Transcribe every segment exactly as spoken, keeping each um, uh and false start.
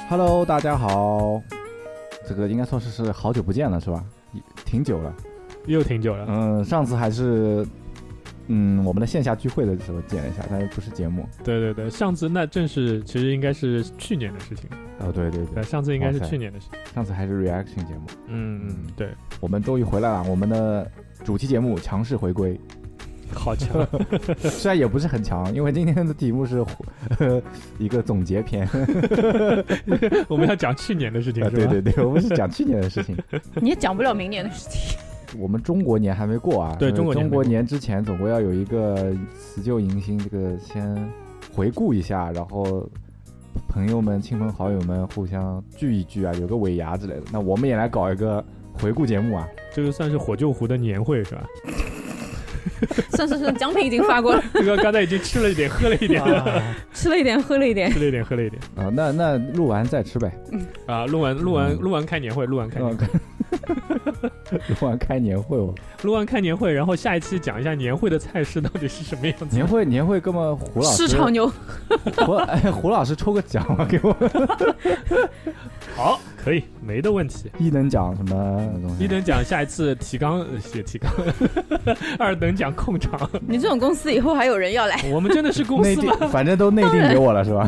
Hello， 大家好，这个应该说是是好久不见了，是吧？挺久了， 又挺久了。 嗯，上次还是嗯我们的线下聚会的时候见了一下，但是不是节目。 对对对，上次那正是其实应该是去年的事情。 哦，对对对， 上次应该是去年的事情。 上次还是 reaction 节目。 嗯嗯，对， 我们终于回来了，我们的主题节目强势回归。 好强， 虽然也不是很强，因为今天的题目是呵一个总结篇。 我们要讲去年的事情，是吧？ 对对对，我们是讲去年的事情。 你也讲不了明年的事情。 我们中国年还没过啊， 对，中国年中国年之前总归要有一个辞旧迎新，这个先回顾一下，然后朋友们、亲朋好友们互相聚一聚啊，有个尾牙之类的。那我们也来搞一个回顾节目啊， 这个算是火救湖的年会是吧？ 算是是，奖品已经发过了。 这个刚才已经吃了一点，喝了一点， 吃了一点，喝了一点， 吃了一点，喝了一点。 啊，那那录完再吃呗。 嗯啊，录完录完录完开年会，录完开年会， 录完开年会哦， 录完开年会，然后下一期讲一下年会的菜式到底是什么样子。 年会年会，哥们胡老师市场牛， 胡哎胡老师抽个奖嘛给我。 好，可以，没的问题。 一等奖什么东西？ 一等奖下一次提纲写提纲，二等奖控场。 你这种公司以后还有人要来？ 我们真的是公司吗？ 反正都内定给我了是吧？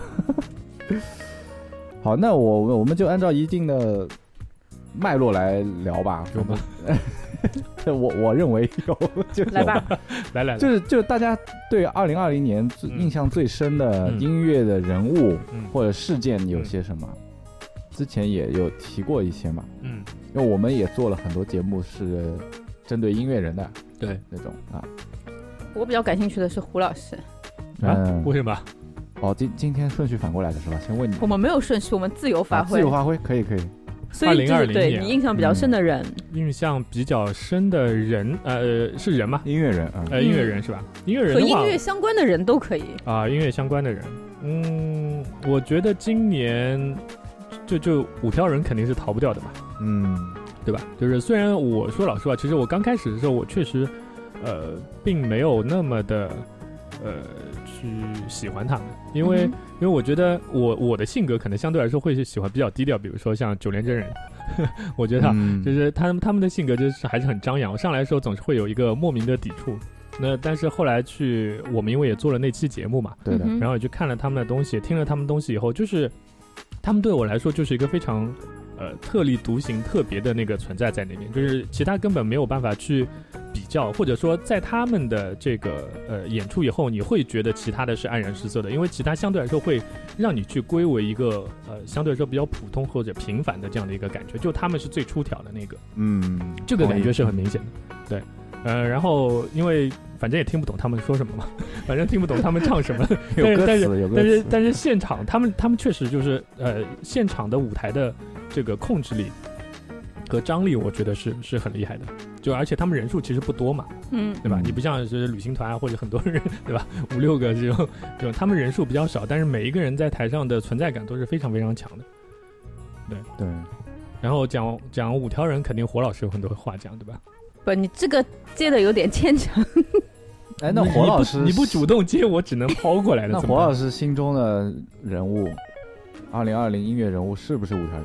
好，那我我们就按照一定的脉络来聊吧。 有吗？ 我我认为有，就来吧， 来来， 就是就大家对二零二零年印象最深的音乐的人物、嗯、或者事件有些什么？嗯、之前也有提过一些嘛，嗯，因为我们也做了很多节目是针对音乐人的， 对那种啊。 我比较感兴趣的是胡老师， 啊、嗯，为什么？ 哦，今今天顺序反过来的是吧？先问你， 我们没有顺序，我们自由发挥，啊、 自由发挥可以可以。 所以就是对你印象比较深的人， 嗯、印象比较深的人，呃，是人吗？ 音乐人，嗯、 呃，音乐人是吧？音乐人和音乐相关的人都可以啊，音乐相关的人，嗯，我觉得今年就就五条人肯定是逃不掉的嘛，嗯，对吧？就是虽然我说老实话，其实我刚开始的时候，我确实，呃，并没有那么的，呃。去喜欢他们，因为、嗯、因为我觉得我我的性格可能相对来说会是喜欢比较低调，比如说像九连真人，我觉得、嗯、就是他们他们的性格就是还是很张扬，上来的时候总是会有一个莫名的抵触。那但是后来去我们因为也做了那期节目嘛， 对的， 然后也去看了他们的东西，听了他们东西以后，就是他们对我来说就是一个非常呃特立独行、特别的那个存在在那边，就是其他根本没有办法去比较，或者说在他们的这个呃演出以后，你会觉得其他的是黯然失色的，因为其他相对来说会让你去归为一个呃相对来说比较普通或者平凡的这样的一个感觉，就他们是最出挑的那个，嗯，这个感觉是很明显的，对，呃，然后因为反正也听不懂他们说什么嘛，反正听不懂他们唱什么， 有歌词，有歌词， 但是但是现场他们他们确实就是呃现场的舞台的这个控制力和张力，我觉得是是很厉害的。就而且他们人数其实不多嘛，嗯，对吧？你不像是旅行团啊或者很多人，对吧？五六个这种，这种他们人数比较少，但是每一个人在台上的存在感都是非常非常强的。对对。 然后讲讲五条人，肯定火老师有很多话讲，对吧？ 不，你这个接的有点牵强。 哎，那火老师你 不, 你不主动接，我只能抛过来的。 那火老师心中的人物，二零二零音乐人物是不是五条人？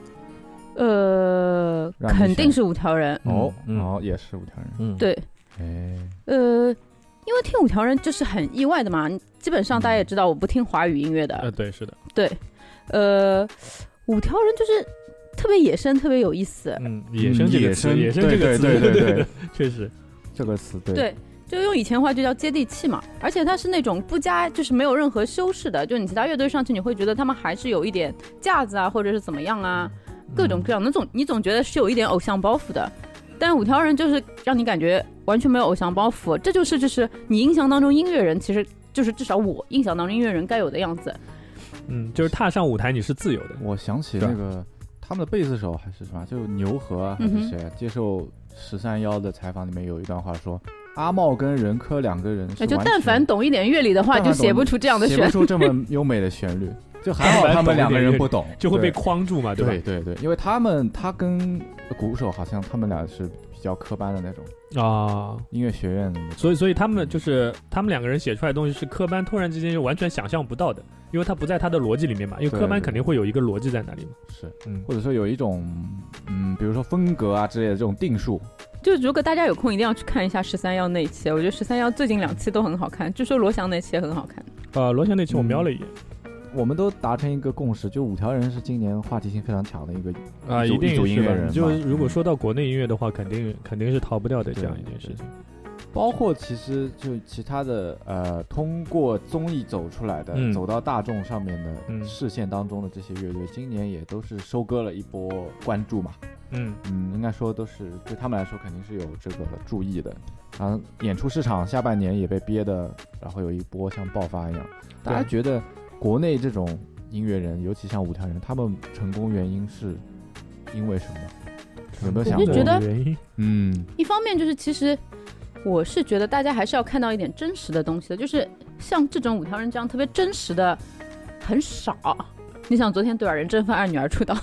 呃，肯定是五条人。 哦、嗯、哦，也是五条人。 嗯，对。哎，呃，因为听五条人就是很意外的嘛，基本上大家也知道我不听华语音乐的。 呃，对，是的。 对，呃，五条人就是特别野生，特别有意思。 嗯，野生这个词，野生这个词， 对对对对， 确实这个词，对。 对，就用以前话就叫接地气嘛，而且它是那种不加，就是没有任何修饰的，就你其他乐队上去，你会觉得他们还是有一点架子啊，或者是怎么样啊。各种各样的，总你总觉得是有一点偶像包袱的，但是五条人就是让你感觉完全没有偶像包袱，这就是就是你印象当中音乐人，其实就是至少我印象当中音乐人该有的样子。 嗯，就是踏上舞台你是自由的。 我想起那个他们的贝斯手还是什么，就牛和、啊、还是谁、嗯、接受十三幺的采访里面有一段话说，阿茂跟任科两个人是， 就但凡懂一点乐理的话，就写不出这样的旋律， 写不出这么优美的旋律。就还好他们两个人不懂， 就会被框住嘛，对吧？ 对对对，因为他们他跟鼓手好像他们俩是比较科班的那种啊，音乐学院的， 所以所以他们就是他们两个人写出来的东西是科班突然之间就完全想象不到的， 因为它不在它的逻辑里面嘛，因为科班肯定会有一个逻辑在那里嘛。 是，嗯，或者说有一种，嗯，比如说风格啊之类的这种定数。 就如果大家有空，一定要去看一下十三幺那一期，我觉得十三幺最近两期都很好看，据说罗翔那期也很好看。 呃，罗翔那期我瞄了一眼。 嗯，我们都达成一个共识，就五条人是今年话题性非常强的一个啊，一定是音乐人。 就如果说到国内音乐的话，肯定肯定是逃不掉的这样一件事情。 包括其实就其他的呃，通过综艺走出来的、嗯、走到大众上面的视线当中的这些乐队，嗯、今年也都是收割了一波关注嘛。 嗯嗯，应该说都是对他们来说肯定是有这个注意的。然后演出市场下半年也被憋的，然后有一波像爆发一样。大家觉得国内这种音乐人，尤其像五条人，他们成功原因是因为什么？有没有想过？ 我就觉得， 嗯， 一方面就是其实我是觉得大家还是要看到一点真实的东西的，就是像这种五条人这样特别真实的很少。你想昨天对吧，任正非二女儿出道。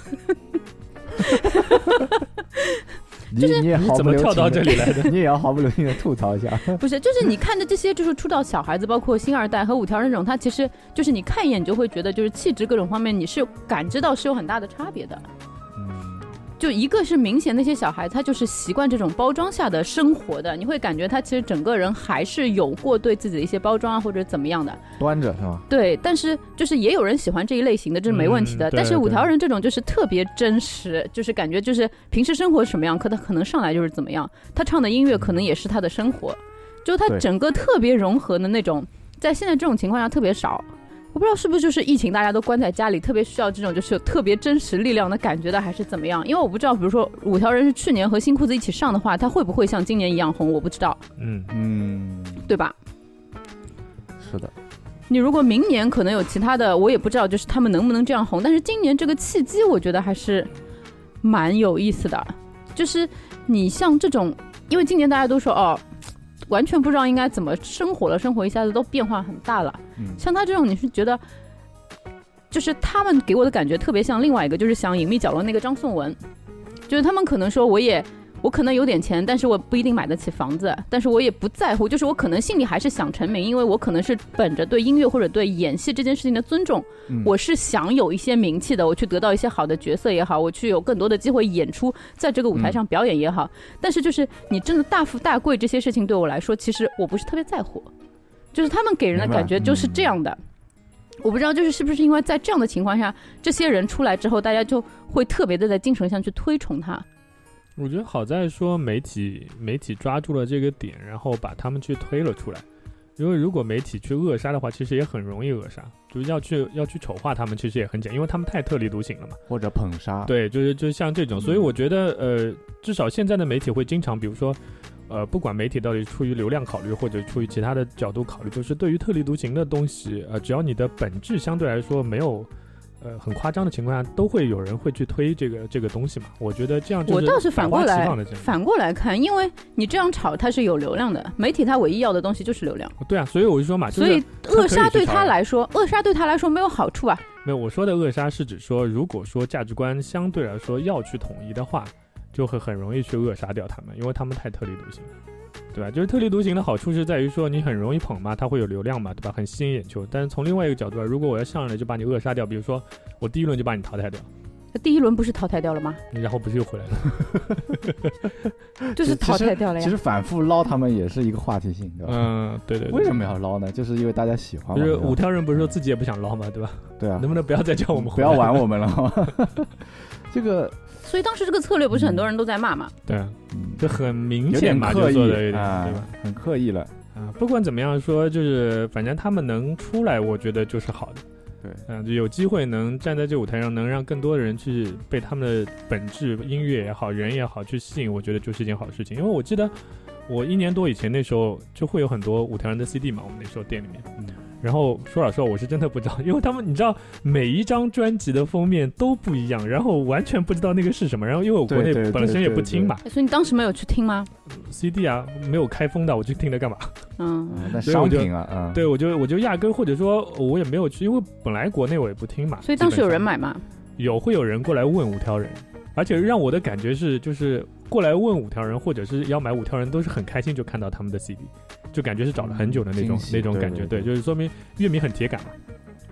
就是你也怎么跳到这里来的？ 你也要毫不留情的吐槽一下。 不是，就是你看着这些就是出道小孩子，包括星二代和五条人这种，他其实就是你看一眼你就会觉得，就是气质各种方面你是感知到是有很大的差别的。 嗯， 就一个是明显那些小孩他就是习惯这种包装下的生活的，你会感觉他其实整个人还是有过对自己的一些包装啊或者怎么样的， 端着是吧？ 对，但是就是也有人喜欢这一类型的，这是没问题的。嗯、但是五条人这种就是特别真实，就是感觉就是平时生活什么样，可他可能上来就是怎么样，他唱的音乐可能也是他的生活，就他整个特别融合的那种，在现在这种情况下特别少。我不知道是不是就是疫情大家都关在家里，特别需要这种就是有特别真实力量的感觉的，还是怎么样？因为我不知道，比如说五条人是去年和新裤子一起上的话，他会不会像今年一样红？我不知道。 嗯嗯， 对吧？ 是的。 你如果明年可能有其他的，我也不知道，就是他们能不能这样红。但是今年这个契机，我觉得还是蛮有意思的。就是你像这种，因为今年大家都说哦。完全不知道应该怎么生活了，生活一下子都变化很大了。 嗯， 像他这种，你是觉得，就是他们给我的感觉特别像另外一个，就是像隐秘角落那个张颂文，就是他们可能说我也。我可能有点钱，但是我不一定买得起房子，但是我也不在乎，就是我可能心里还是想成名，因为我可能是本着对音乐或者对演戏这件事情的尊重、嗯、我是想有一些名气的，我去得到一些好的角色也好，我去有更多的机会演出，在这个舞台上表演也好、嗯、但是就是你真的大富大贵这些事情对我来说其实我不是特别在乎，就是他们给人的感觉就是这样的、嗯、我不知道就是是不是因为在这样的情况下，这些人出来之后大家就会特别的在精神上去推崇他。 我觉得好在说媒体媒体抓住了这个点，然后把他们去推了出来。因为如果媒体去扼杀的话，其实也很容易扼杀，就是要去要去丑化他们，其实也很简单，因为他们太特立独行了嘛， 或者捧杀。 对，就是就像这种，所以我觉得呃，至少现在的媒体会经常，比如说呃，不管媒体到底出于流量考虑或者出于其他的角度考虑，就是对于特立独行的东西，呃，只要你的本质相对来说没有。呃，很夸张的情况下，都会有人会去推这个这个东西嘛。我觉得这样就是我倒是反过来反过来看，因为你这样炒，它是有流量的。媒体它唯一要的东西就是流量。 对啊，所以我就说嘛， 所以扼杀对他来说，扼杀对他来说没有好处啊。 没有，我说的扼杀是指说，如果说价值观相对来说要去统一的话，就会很容易去扼杀掉他们，因为他们太特立独行。对吧？就是特立独行的好处是在于说你很容易捧嘛，它会有流量嘛，对吧？很吸引眼球。但是从另外一个角度，如果我要上来就把你扼杀掉，比如说我第一轮就把你淘汰掉， 第一轮不是淘汰掉了吗？ 然后不是又回来了？就是淘汰掉了呀。 其实反复捞他们也是一个话题性，对吧？ 嗯，对 对, 对。 为什么要捞呢？就是因为大家喜欢嘛。 就是五条人不是说自己也不想捞嘛，对吧？ 对啊。 能不能不要再叫我们回来？不要玩我们了。这个。 所以当时这个策略不是很多人都在骂嘛？ 嗯、对啊，就很明显嘛，就做的有点、 啊、 对吧？ 很刻意了啊。不管怎么样说，就是反正他们能出来，我觉得就是好的。 对， 嗯、啊，就有机会能站在这舞台上，能让更多的人去被他们的本质音乐也好，人也好去吸引，我觉得就是一件好事情。因为我记得我一年多以前那时候就会有很多五条人的 C D 嘛，我们那时候店里面。嗯。然后说老实话，我是真的不知道，因为他们你知道每一张专辑的封面都不一样，然后完全不知道那个是什么。然后因为我国内本身也不听嘛， 所以你当时没有去听吗 ？C D 啊，没有开封的，我去听它干嘛？ 嗯， 那商品啊，嗯， 对，我就我就压根或者说我也没有去，因为本来国内我也不听嘛。 所以当时有人买吗？ 有，会有人过来问五条人，而且让我的感觉是，就是过来问五条人或者是要买五条人，都是很开心就看到他们的 C D。就感觉是找了很久的那种、嗯、那种感觉， 对, 对, 对, 对，就是说明乐迷很铁杆嘛。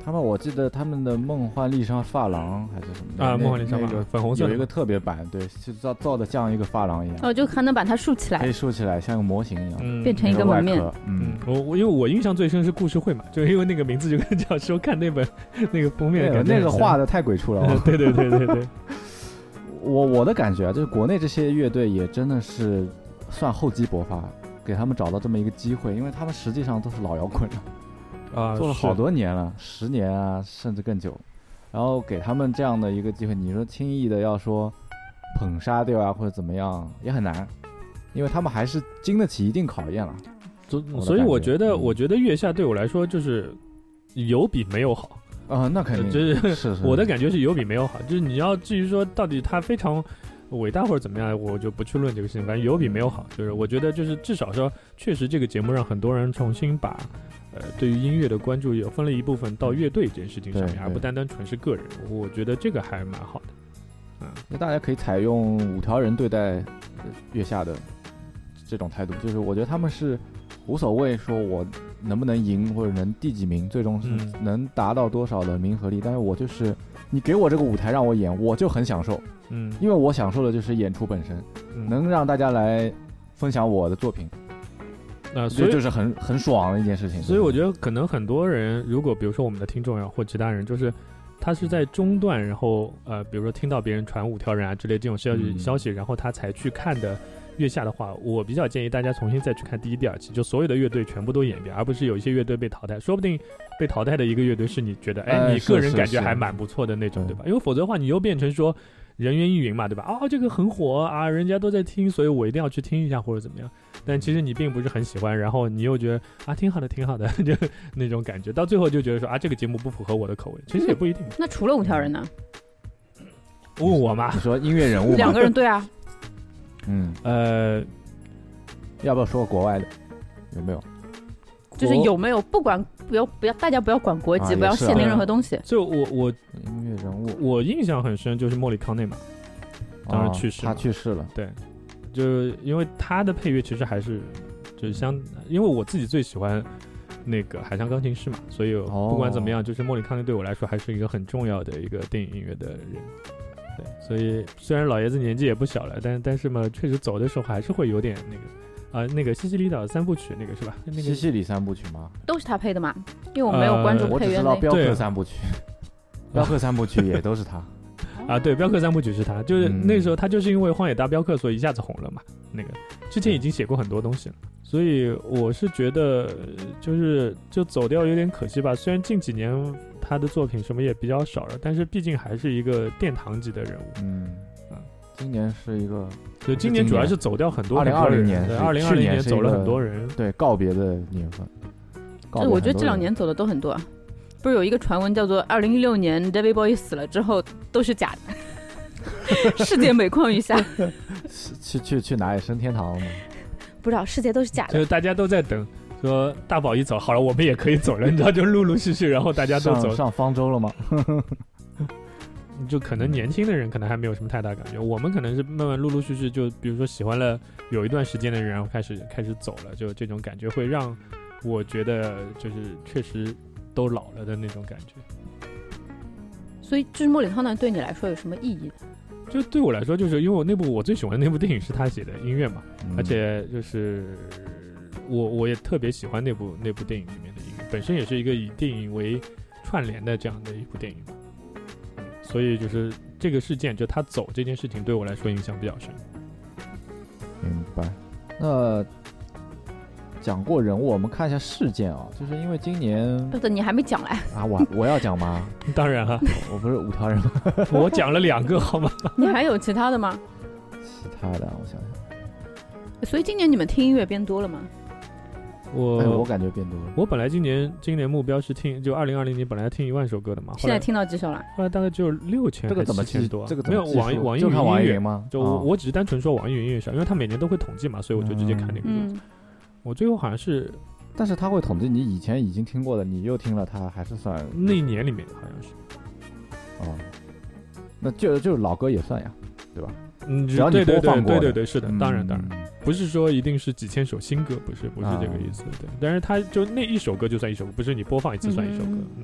他们我记得他们的梦幻丽莎发廊还是什么啊，梦幻丽莎那个粉红色有一个特别版，对，就造造的像一个发廊一样。 哦，就还能把它竖起来， 可以竖起来，像个模型一样， 嗯、变成一个门面。 嗯，我我因为我印象最深是故事会嘛，就因为那个名字就跟小时候看那本那个封面的感觉， 那个画的太鬼畜了、哦。 对对对对对。 我我的感觉啊，就是国内这些乐队也真的是算厚积薄发，给他们找到这么一个机会，因为他们实际上都是老摇滚了，啊，做了好多年了，十年啊，甚至更久。然后给他们这样的一个机会，你说轻易的要说捧杀掉啊或者怎么样也很难，因为他们还是经得起一定考验了。 所以我觉得，我觉得月下对我来说就是有比没有好。 啊、呃，那肯定就是是是我的感觉是有比没有好，就是你要至于说到底他非常伟大或者怎么样，我就不去论这个事情。反正有比没有好，就是我觉得就是至少说，确实这个节目让很多人重新把呃对于音乐的关注也分了一部分到乐队这件事情上面，而不单单纯是个人。我觉得这个还蛮好的。嗯， 那大家可以采用五条人对待月下的这种态度，就是我觉得他们是无所谓说我能不能赢或者能第几名，最终是能达到多少的名和利、嗯、但是我就是你给我这个舞台让我演，我就很享受，嗯，因为我享受的就是演出本身、嗯、能让大家来分享我的作品，那、呃、所以就是很很爽的一件事情。 所以我觉得可能很多人，如果比如说我们的听众啊或其他人，就是他是在中段，然后呃比如说听到别人传五条人啊之类这种消息、嗯、消息，然后他才去看的月下的话，我比较建议大家重新再去看第一、第二期，就所有的乐队全部都演一遍，而不是有一些乐队被淘汰，说不定被淘汰的一个乐队是你觉得，哎，你个人感觉还蛮不错的那种，对吧？因为否则的话，你又变成说人云亦云嘛，对吧？啊、哦，这个很火啊，人家都在听，所以我一定要去听一下或者怎么样。但其实你并不是很喜欢，然后你又觉得啊，挺好的，挺好的，就那种感觉，到最后就觉得说啊，这个节目不符合我的口味，其实也不一定。 那除了五条人呢？ 问我嘛？ 你说音乐人物吗？ 两个人，对啊。 嗯， 呃， 要不要说国外的？有没有？ 就是有没有？不管不要不要，大家不要管国籍，啊、不要限定任何东西。 就我我音乐人物， 我印象很深，就是莫里康内嘛，当时去世、 哦，他去世了。 对，就因为他的配乐其实还是就是相，因为我自己最喜欢那个海上钢琴师嘛，所以不管怎么样，就是莫里康内对我来说还是一个很重要的一个电影音乐的人。对，所以虽然老爷子年纪也不小了，但但是嘛，确实走的时候还是会有点那个啊、呃，那个西西里岛三部曲那个是吧？那个西西里三部曲吗？ 都是他配的嘛？因为我没有关注配乐、呃。 我只知道镖客三部曲，镖客三部曲也都是他。 啊，对，镖客三部曲是他，就是那时候他就是因为荒野大镖客，所以一下子红了嘛。那个之前已经写过很多东西了，所以我是觉得就是就走掉有点可惜吧。虽然近几年他的作品什么也比较少了，但是毕竟还是一个殿堂级的人物。 嗯啊，今年是一个， 对，今年主要是走掉很多二零二零年， 二零二零年走了很多人， 对，告别的年份。 对，我觉得这两年走的都很多啊。不是有一个传闻叫做二零一六年 David Bowie 死了之后都是假的，世界每况愈下。 去去去哪里升天堂了吗？ 不知道，世界都是假的。 就是大家都在等，说大宝一走，好了，我们也可以走了，你知道，就陆陆续续，然后大家都走上上方舟了吗？ 就可能年轻的人可能还没有什么太大感觉，我们可能是慢慢陆陆续续，就比如说喜欢了有一段时间的人，然后开始开始走了，就这种感觉会让我觉得就是确实都老了的那种感觉。 所以就是莫里康内对你来说有什么意义呢？ 就对我来说，就是因为我那部我最喜欢的那部电影是他写的音乐嘛，嗯、而且就是我我也特别喜欢那部那部电影里面的音乐，本身也是一个以电影为串联的这样的一部电影嘛，所以就是这个事件，就他走这件事情对我来说影响比较深。 明白。那讲过人物，我们看一下事件啊，就是因为今年不是你还没讲来啊，我我要讲吗？ 当然啊， 我不是五条人吗？ 我讲了两个好吗？ 你还有其他的吗？ 其他的我想想。 所以今年你们听音乐变多了吗？ 我、 哎、我感觉变多了。 我本来今年今年目标是听，就二零二零年本来要听一万首歌的嘛， 现在听到几首了？ 后来大概只有六千， 这个怎么七千多？ 这个没有网易网易云音乐吗？ 就我、哦、我只是单纯说网易云音乐上，因为他每年都会统计嘛，所以我就直接看那个数字。 嗯、 我最后好像是。 但是他会统计你以前已经听过的，你又听了它，还是算那一年里面好像是。 哦，那就就老歌也算呀，对吧？ 嗯， 只要你播放过， 对对对对，是的，嗯、当然当然，不是说一定是几千首新歌，不是不是这个意思，啊、对。但是他就那一首歌就算一首歌，不是你播放一次算一首歌，嗯。嗯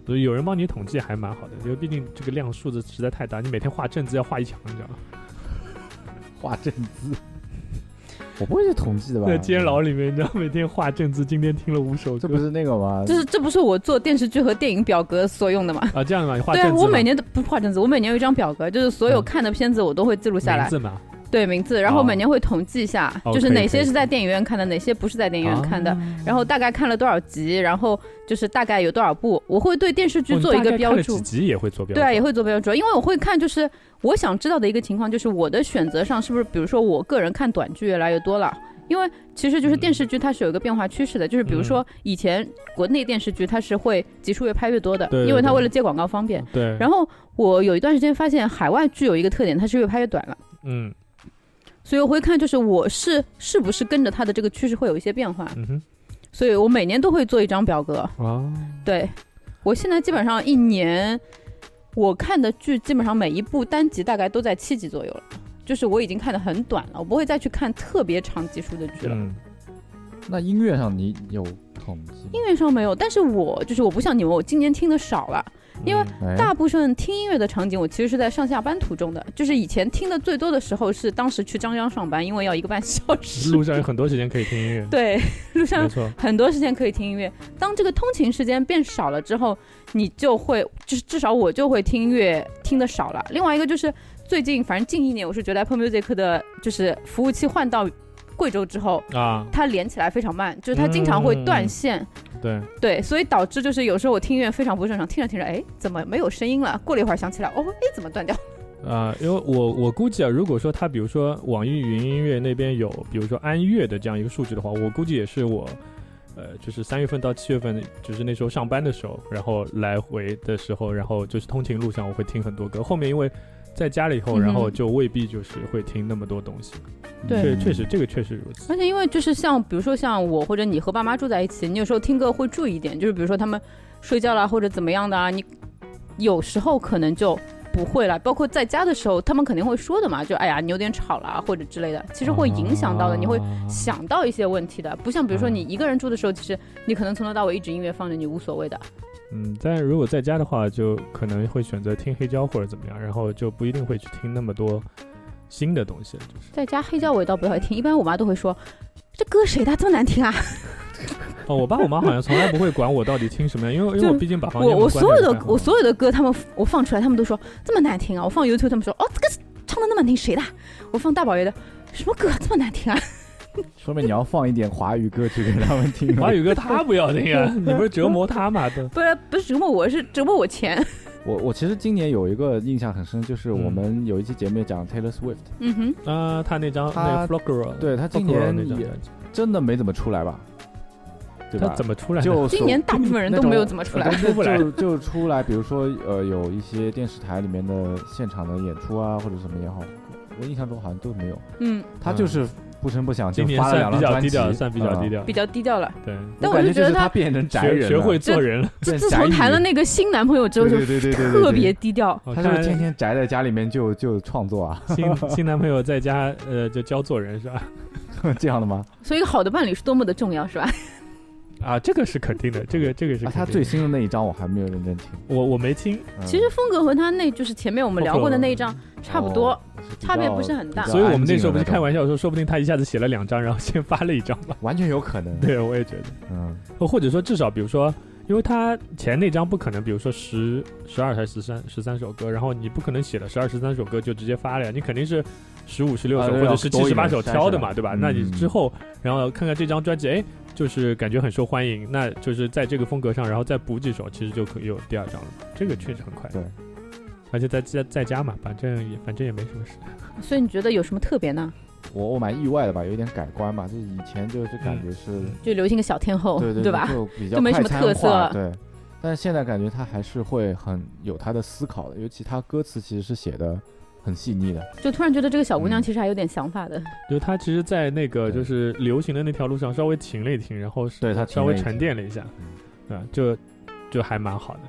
所以有人帮你统计还蛮好的，因为毕竟这个量数字实在太大，你每天画正字要画一墙，你知道吗？ 画正字。我不会去统计的吧？ 在监牢里面，你知道每天画正字，今天听了五首歌， 这不是那个吗？ 就是这不是我做电视剧和电影表格所用的吗？ 啊，这样的吗？你画正字吗？ 对，我每年都不是画正字，我每年有一张表格，就是所有看的片子我都会记录下来。 名字嘛？ 对，名字，然后每年会统计一下， 哦、 就是哪些是在电影院看的，哪些不是在电影院看的，哦、然后大概看了多少集，然后就是大概有多少部，我会对电视剧做一个标注。 哦、几集也会做标注？ 对啊，也会做标注，因为我会看，就是我想知道的一个情况，就是我的选择上是不是，比如说我个人看短剧越来越多了。因为其实就是电视剧它是有一个变化趋势的、嗯、就是比如说以前国内电视剧它是会集数越拍越多的， 对对对， 因为它为了接广告方便。 对。 然后我有一段时间发现海外剧有一个特点，它是越拍越短了。 嗯。 所以我会看就是我是是不是跟着它的这个趋势会有一些变化。 嗯哼。 所以我每年都会做一张表格。 哦。 对。我现在基本上一年我看的剧基本上每一部单集大概都在七集左右了。就是我已经看得很短了，我不会再去看特别长集数的剧了。 嗯， 那音乐上你有统计？ 音乐上没有，但是我就是我不像你们，我今年听的少了，因为大部分听音乐的场景我其实是在上下班途中的，就是以前听的最多的时候是当时去张江上班，因为要一个半小时， 路上有很多时间可以听音乐。 对，路上很多时间可以听音乐。当这个通勤时间变少了之后，你就会就是至少我就会听音乐听的少了。另外一个就是最近反正近一年我是觉得 Apple Music 的就是服务器换到贵州之后啊，它连起来非常慢，就是它经常会断线。 嗯、对对，所以导致就是有时候我听音乐非常不正常，听着听着哎怎么没有声音了，过了一会儿想起来哦哎怎么断掉啊、呃？因为我我估计啊，如果说它比如说网易云音乐那边有比如说安乐的这样一个数据的话，我估计也是我呃，就是三月份到七月份，就是那时候上班的时候，然后来回的时候，然后就是通勤路上我会听很多歌。后面因为在家里以后，然后就未必就是会听那么多东西。 对、 嗯，确实这个确实如此。 而且因为就是像比如说像我或者你和爸妈住在一起，你有时候听歌会注意一点，就是比如说他们睡觉啦或者怎么样的啊，你有时候可能就不会了。包括在家的时候，他们肯定会说的嘛，就哎呀你有点吵啦或者之类的，其实会影响到的，啊、你会想到一些问题的。不像比如说你一个人住的时候，其实你可能从头到尾一直音乐放着，你无所谓的。 嗯，但如果在家的话，就可能会选择听黑胶或者怎么样，然后就不一定会去听那么多新的东西。就是在家黑胶我也倒不会听，一般我妈都会说这歌谁的这么难听啊。 哦，我爸我妈好像从来不会管我到底听什么，因为因为我毕竟把房间我我所有的我所有的歌，他们我放出来，他们都说这么难听啊。我放 YouTube， 他们说哦这个唱的那么难听，谁的？我放大宝爷的，什么歌这么难听啊？ 说明你要放一点华语歌曲给他们听。 华语歌他不要听啊，你不是折磨他吗？ 不是不是折磨我，是折磨我钱。 我我其实今年有一个印象很深，就是我们有一期节目讲 Taylor Swift。 嗯哼，啊，他那张那个 Flock， 对他今年也真的没怎么出来吧？对吧？ 他怎么出来？ 就今年大部分人都没有怎么出来， 出不来就就出来，比如说呃有一些电视台里面的现场的演出啊，或者什么也好，我印象中好像都没有。 嗯， 他就是不声不响就今发了两张专辑， 算比较低调， 比较低调了。 对， 但我就觉得他变成宅人了， 学会做人了。 自自从谈了那个新男朋友之后，就特别低调。 他就是天天宅在家里面就就创作啊。 新新男朋友在家呃就教做人是吧？ 这样的吗？ 所以一个好的伴侣是多么的重要，是吧？ 啊，这个是肯定的，这个这个是肯定的。 啊、他最新的那一张我还没有认真听， 我我没听。 嗯、 其实风格和他那就是前面我们聊过的那一张差不多，哦、差别不是很大。 所以我们那时候不是开玩笑说，说不定他一下子写了两张，然后先发了一张吧， 完全有可能。 对，我也觉得，嗯，或者说至少比如说，因为他前那张不可能，比如说十十二还是十三十三首歌，然后你不可能写了十二十三首歌就直接发了呀，你肯定是十五十六首、啊、或者是七十八首挑的嘛，对吧？嗯、那你之后然后看看这张专辑，哎。就是感觉很受欢迎，那就是在这个风格上，然后再补几首，其实就可以有第二张了。这个确实很快， 对， 而且在在在家嘛，反正也反正也没什么事。 所以你觉得有什么特别呢？ 我我蛮意外的吧，有点改观吧，就是以前就是感觉是、嗯、 就流行个小天后， 对 对, 对吧？ 就比较就没什么特色， 对。但是现在感觉他还是会很有他的思考的，尤其他歌词其实是写的。很细腻的，就突然觉得这个小姑娘其实还有点想法的。嗯、就她其实，在那个就是流行的那条路上稍微停了一停，然后对她稍微沉淀了一下，嗯、对吧？就就还蛮好的。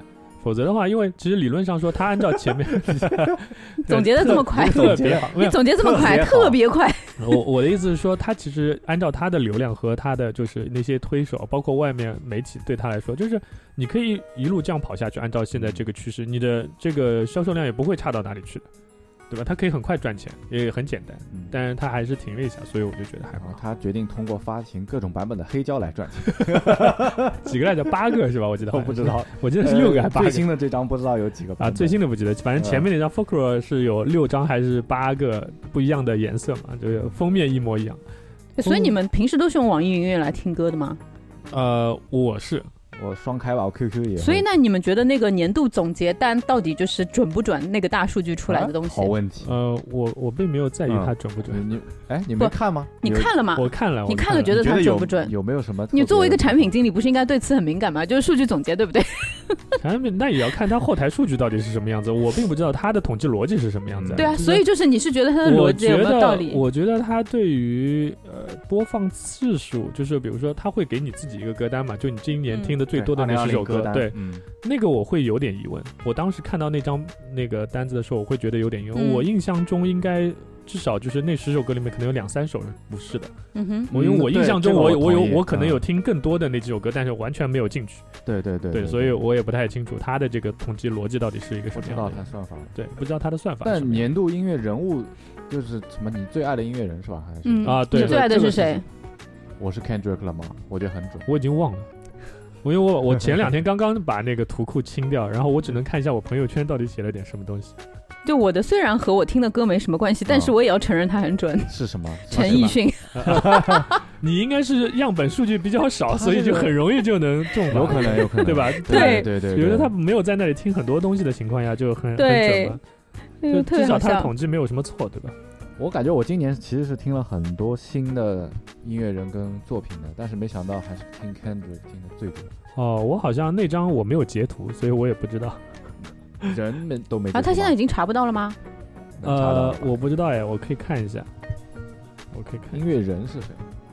否则的话，因为其实理论上说，他按照前面总结的这么快， 特别好， 你总结这么快，特别快。 我我的意思是说，他其实按照他的流量和他的就是那些推手，包括外面媒体对他来说，就是你可以一路这样跑下去，按照现在这个趋势，你的这个销售量也不会差到哪里去的。对吧？他可以很快赚钱，也很简单，嗯、但是他还是停了一下，所以我就觉得还好。 他决定通过发行各种版本的黑胶来赚钱， 几个来着？八个是吧？我记得我不知道， 我记得是六个还是八个？ 最新的这张不知道有几个版本啊？最新的不记得，反正前面那张 Folklore 是有六张还是八个不一样的颜色嘛？就是封面一模一样。 所以你们平时都是用网易云音乐来听歌的吗？ 呃，我是。 我双开吧，我 Q Q 也。 所以那你们觉得那个年度总结单到底就是准不准？那个大数据出来的东西？ 啊、好问题。 呃，我我并没有在意它准不准。 嗯、你哎，你没看吗？ 你看了吗？ 我看了。 你看了觉得它准不准？ 有, 有没有什么？ 你作为一个产品经理，不是应该对此很敏感吗？就是数据总结，对不对？ 产品那也要看它后台数据到底是什么样子。我并不知道它的统计逻辑是什么样子。 对啊，所以就是你是觉得它的逻辑有没有道理？ 我觉得它对于呃播放次数，就是比如说它会给你自己一个歌单嘛，就你今年听的最多的那十首歌。 嗯、 对， 嗯， 那个我会有点疑问。我当时看到那张那个单子的时候，我会觉得有点疑问。嗯、我印象中应该至少就是那十首歌里面可能有两三首不是的。 嗯哼， 我因为我印象中我、 嗯、 我有我可能有听更多的那几首歌，嗯、但是完全没有进去。 对对 对, 对, 对, 对，所以我也不太清楚它的这个统计逻辑到底是一个什么样的。 不知道它算法。 对，不知道它的算法。 但年度音乐人物就是什么？你最爱的音乐人是吧？还是、 嗯、 啊？对， 你最爱的是谁？ 我是 Kendrick 了吗？我觉得很准。 我已经忘了。因为我我前两天刚刚把那个图库清掉，然后我只能看一下我朋友圈到底写了点什么东西。 就我的虽然和我听的歌没什么关系，但是我也要承认它很准。 是什么？ 陈奕迅。 你应该是样本数据比较少，所以就很容易就能中吧。 有可能，有可能， 对吧？ 对对对。 比如说他没有在那里听很多东西的情况下，就很很准嘛。 就至少他的统计没有什么错，对吧？ 我感觉我今年其实是听了很多新的音乐人跟作品的，但是没想到还是听 Kendrick 听的最多。 哦，我好像那张我没有截图，所以我也不知道。 人们都没啊，他现在已经查不到了吗？ 呃，我不知道哎，我可以看一下。我可以看音乐人是谁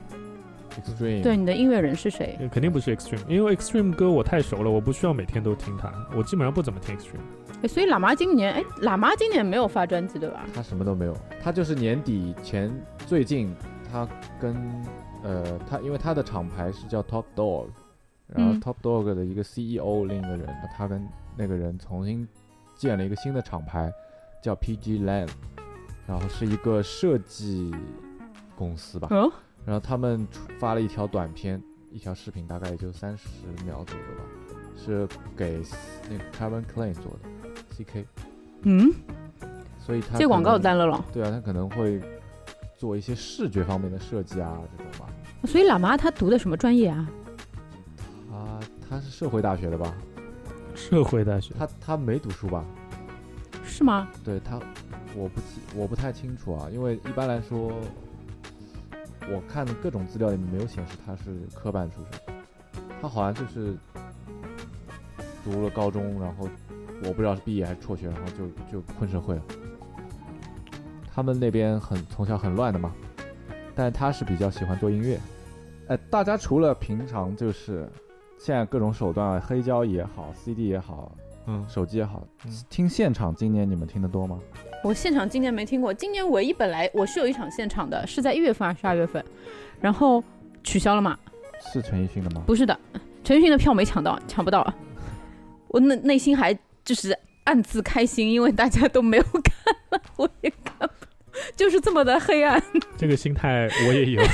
？Extreme。 对，你的音乐人是谁？ 肯定不是 Extreme， 因为 Extreme 歌我太熟了，我不需要每天都听他，我基本上不怎么听 Extreme。 所以喇嘛今年，哎，喇嘛今年没有发专辑对吧？ 他什么都没有，他就是年底前最近他跟呃他，因为他的厂牌是叫 Top Dog。然后 Top Dog 的一个 C E O 另一个人，嗯、他跟那个人重新建了一个新的厂牌，叫 P G Land， 然后是一个设计公司吧。 嗯、哦。 然后他们发了一条短片，一条视频，大概也就三十秒左右吧，是给那个 Calvin Klein 做的 C K。 嗯。 所以他接广告单了咯。 对啊，他可能会做一些视觉方面的设计啊这种吧。 所以喇嘛他读的什么专业啊？ 他是社会大学的吧？ 社会大学， 他他没读书吧？ 是吗？ 对他，我不我不太清楚啊，因为一般来说，我看各种资料里面没有显示他是科班出身，他好像就是读了高中，然后我不知道是毕业还是辍学，然后就就混社会了。他们那边很从小很乱的嘛，但是他是比较喜欢做音乐。哎，大家除了平常就是现在各种手段，黑胶也好 C D 也好，嗯，手机也好，嗯，听现场今年你们听得多吗？ 我现场今年没听过，今年唯一本来我是有一场现场的，是在一月份还是二月份，然后取消了嘛。 是陈奕迅的吗？ 不是的，陈奕迅的票没抢到，抢不到。我内内心还就是暗自开心，因为大家都没有看了，我也看不，就是这么的黑暗。 这个心态我也有。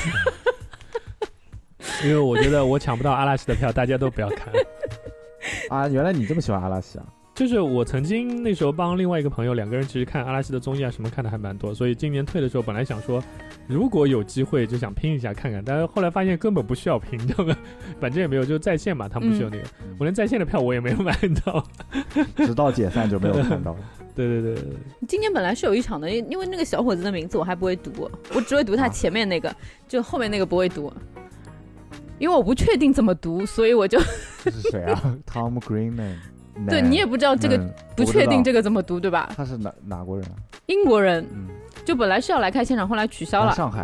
因为我觉得我抢不到阿拉西的票，大家都不要看。 啊，原来你这么喜欢阿拉西啊？ 就是我曾经那时候帮另外一个朋友，两个人其实看阿拉西的综艺啊什么看的还蛮多，所以今年退的时候本来想说，如果有机会就想拼一下看看，但是后来发现根本不需要拼，对吧？反正也没有，就在线嘛，他们不需要那个，嗯、我连在线的票我也没有买到， 直到解散就没有看到了。 对对对对， 今年本来是有一场的，因为那个小伙子的名字我还不会读，我只会读他前面那个，啊、就后面那个不会读。因为我不确定怎么读，所以我就这是谁啊？Tom Green。 对，你也不知道这个，嗯、不确定这个怎么读，对吧？ 他是哪哪国人啊？ 英国人。嗯，就本来是要来开现场，后来取消了。 上海啊？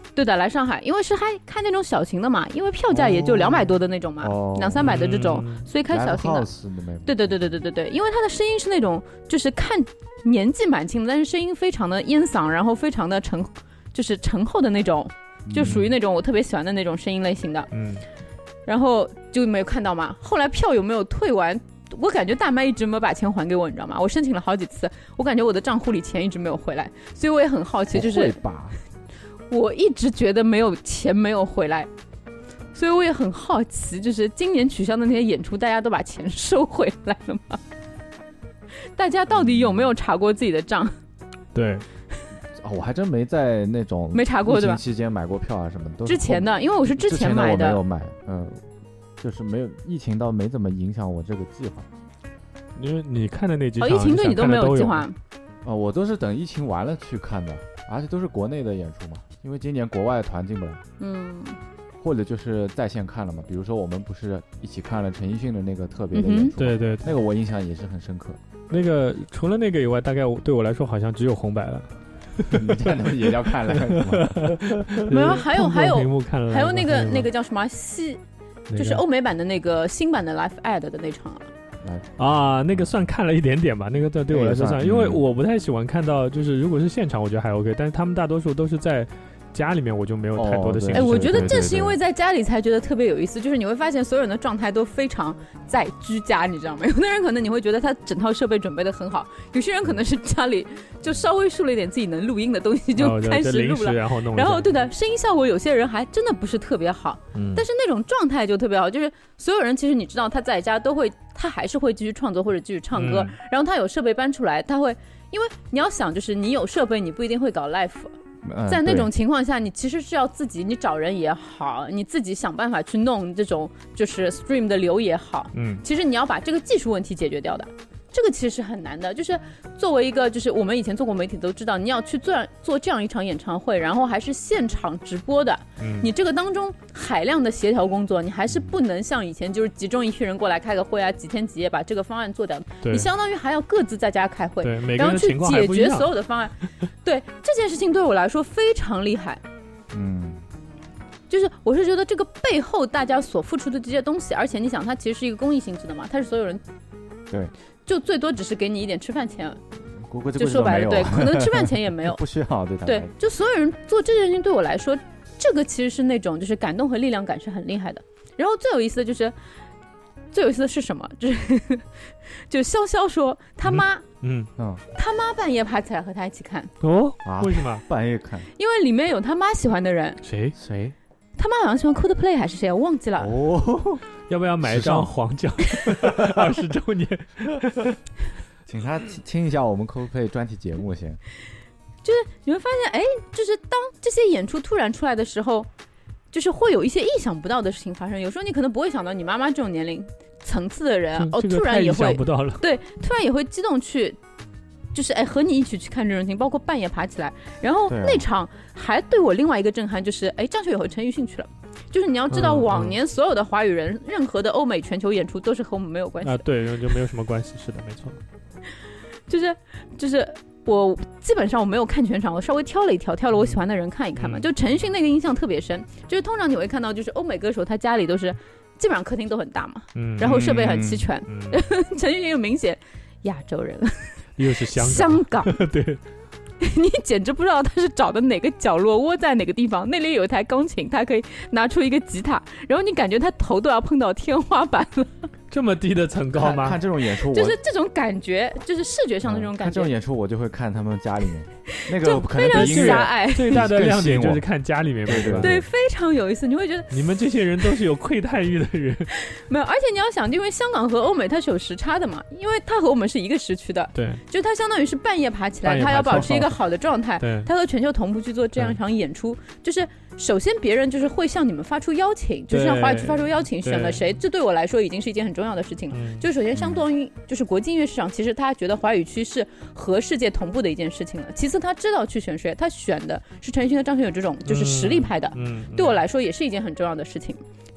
对的，来上海，因为是还开那种小型的嘛，因为票价也就两百多的那种嘛， 哦、 两三百的这种、嗯，所以开小型的。对对对对对对对，因为他的声音是那种，就是看年纪蛮轻的，但是声音非常的烟嗓，然后非常的沉，就是沉厚的那种，就属于那种我特别喜欢的那种声音类型的。嗯，然后就没有看到嘛。后来票有没有退完？我感觉大麦一直没有把钱还给我，你知道吗？我申请了好几次，我感觉我的账户里钱一直没有回来，所以我也很好奇，就是。 会吧？ 我一直觉得没有钱没有回来，所以我也很好奇，就是今年取消的那些演出，大家都把钱收回来了吗？大家到底有没有查过自己的账？ 对， 哦，我还真没在那种没查过对吧？ 疫情期间买过票啊什么的。 之前的，因为我是之前买的， 之前的我没有买，嗯，就是没有疫情倒没怎么影响我这个计划。 因为你看的那几场， 哦，疫情对你都没有计划。 哦，我都是等疫情完了去看的，而且都是国内的演出嘛。因为今年国外团进不来，嗯，或者就是在线看了嘛。比如说我们不是一起看了陈奕迅的那个特别的演出、嗯， 对对， 那个我印象也是很深刻。 那个除了那个以外，大概对我来说好像只有红白了。 你这样也要看了？ 没有，还有还有屏幕看了， 还有那个那个叫什么西，就是欧美版的那个新版的 Live Ad 的那场啊。 啊，那个算看了一点点吧，那个对对我来说算，因为我不太喜欢看到，就是如果是现场，我觉得还 OK， 但是他们大多数都是在家里面，我就没有太多的兴趣。 哎、哦，我觉得正是因为在家里才觉得特别有意思，就是你会发现所有人的状态都非常在居家，你知道吗？有的人可能你会觉得他整套设备准备的很好，有些人可能是家里就稍微输了一点自己能录音的东西就开始录了， 哦、然后弄， 然后对的，声音效果有些人还真的不是特别好，嗯、但是那种状态就特别好，就是所有人其实你知道他在家都会，他还是会继续创作或者继续唱歌，嗯、然后他有设备搬出来，他会，因为你要想就是你有设备，你不一定会搞 live。在那种情况下，你其实是要自己，你找人也好，你自己想办法去弄这种就是 stream 的流也好，嗯，其实你要把这个技术问题解决掉的，这个其实是很难的。就是作为一个，就是我们以前做过媒体都知道，你要去做做这样一场演唱会，然后还是现场直播的，嗯，你这个当中海量的协调工作，你还是不能像以前就是集中一批人过来开个会啊，几天几夜把这个方案做掉，你相当于还要各自在家开会，然后去解决所有的方案。对，这件事情对我来说非常厉害，嗯，就是我是觉得这个背后大家所付出的这些东西，而且你想它其实是一个公益性质的嘛，它是所有人， 对， 就最多只是给你一点吃饭钱， 估计就说白了，对，可能吃饭钱也没有， 不需要对他， 对，就所有人做这件事情对我来说，这个其实是那种就是感动和力量感是很厉害的。然后最有意思的就是，最有意思的是什么？就是就潇潇说他妈。嗯嗯嗯，他妈半夜爬起来和他一起看哦，为什么半夜看？ 因为里面有他妈喜欢的人。 谁谁？ 他妈好像喜欢 Coldplay 还是谁？我忘记了。哦， 要不要买一张黄角二十周年？ 请他听一下我们 Coldplay 专题节目先。 就是你会发现，哎，就是当这些演出突然出来的时候，就是会有一些意想不到的事情发生。有时候你可能不会想到你妈妈这种年龄层次的人，哦，突然也会对，突然也会激动去，就是哎和你一起去看这种事情，包括半夜爬起来。然后那场还对我另外一个震撼就是，哎，张学友和陈奕迅去了。就是你要知道，往年所有的华语人，嗯、任何的欧美全球演出都是和我们没有关系啊，对，就没有什么关系，是的，没错。 就是就是我基本上我没有看全场，我稍微挑了一挑，挑了我喜欢的人看一看嘛。嗯、就陈奕迅那个印象特别深，就是通常你会看到，就是欧美歌手他家里都是。基本上客厅都很大嘛，嗯、然后设备很齐全。嗯嗯、陈奕迅又明显亚洲人， 又是香港，香港对， 你简直不知道他是找的哪个角落，窝在哪个地方。那里有一台钢琴，他可以拿出一个吉他，然后你感觉他头都要碰到天花板了。 这么低的层高吗？ 看, 看这种演出， 就是这种感觉，就是视觉上的这种感觉。嗯、 看这种演出，我就会看他们家里面，那个就非常狭隘。 最大的亮点就是看家里面， 对对对，非常有意思。你会觉得你们这些人都是有窥探欲的人。 没有，而且你要想，因为香港和欧美它是有时差的嘛，因为它和我们是一个时区的， 对， 就它相当于是半夜爬起来，它要保持一个好的状态， 对， 它和全球同步去做这样一场演出，就是首先别人就是会向你们发出邀请，就是向华语区发出邀请，选了谁，这对我来说已经是一件很重要的事情了。嗯、就首先相当于就是国际音乐市场，其实他觉得华语区是和世界同步的一件事情了。其次他知道去选谁，他选的是陈奕迅和张学友这种就是实力派的，嗯嗯、对我来说也是一件很重要的事情。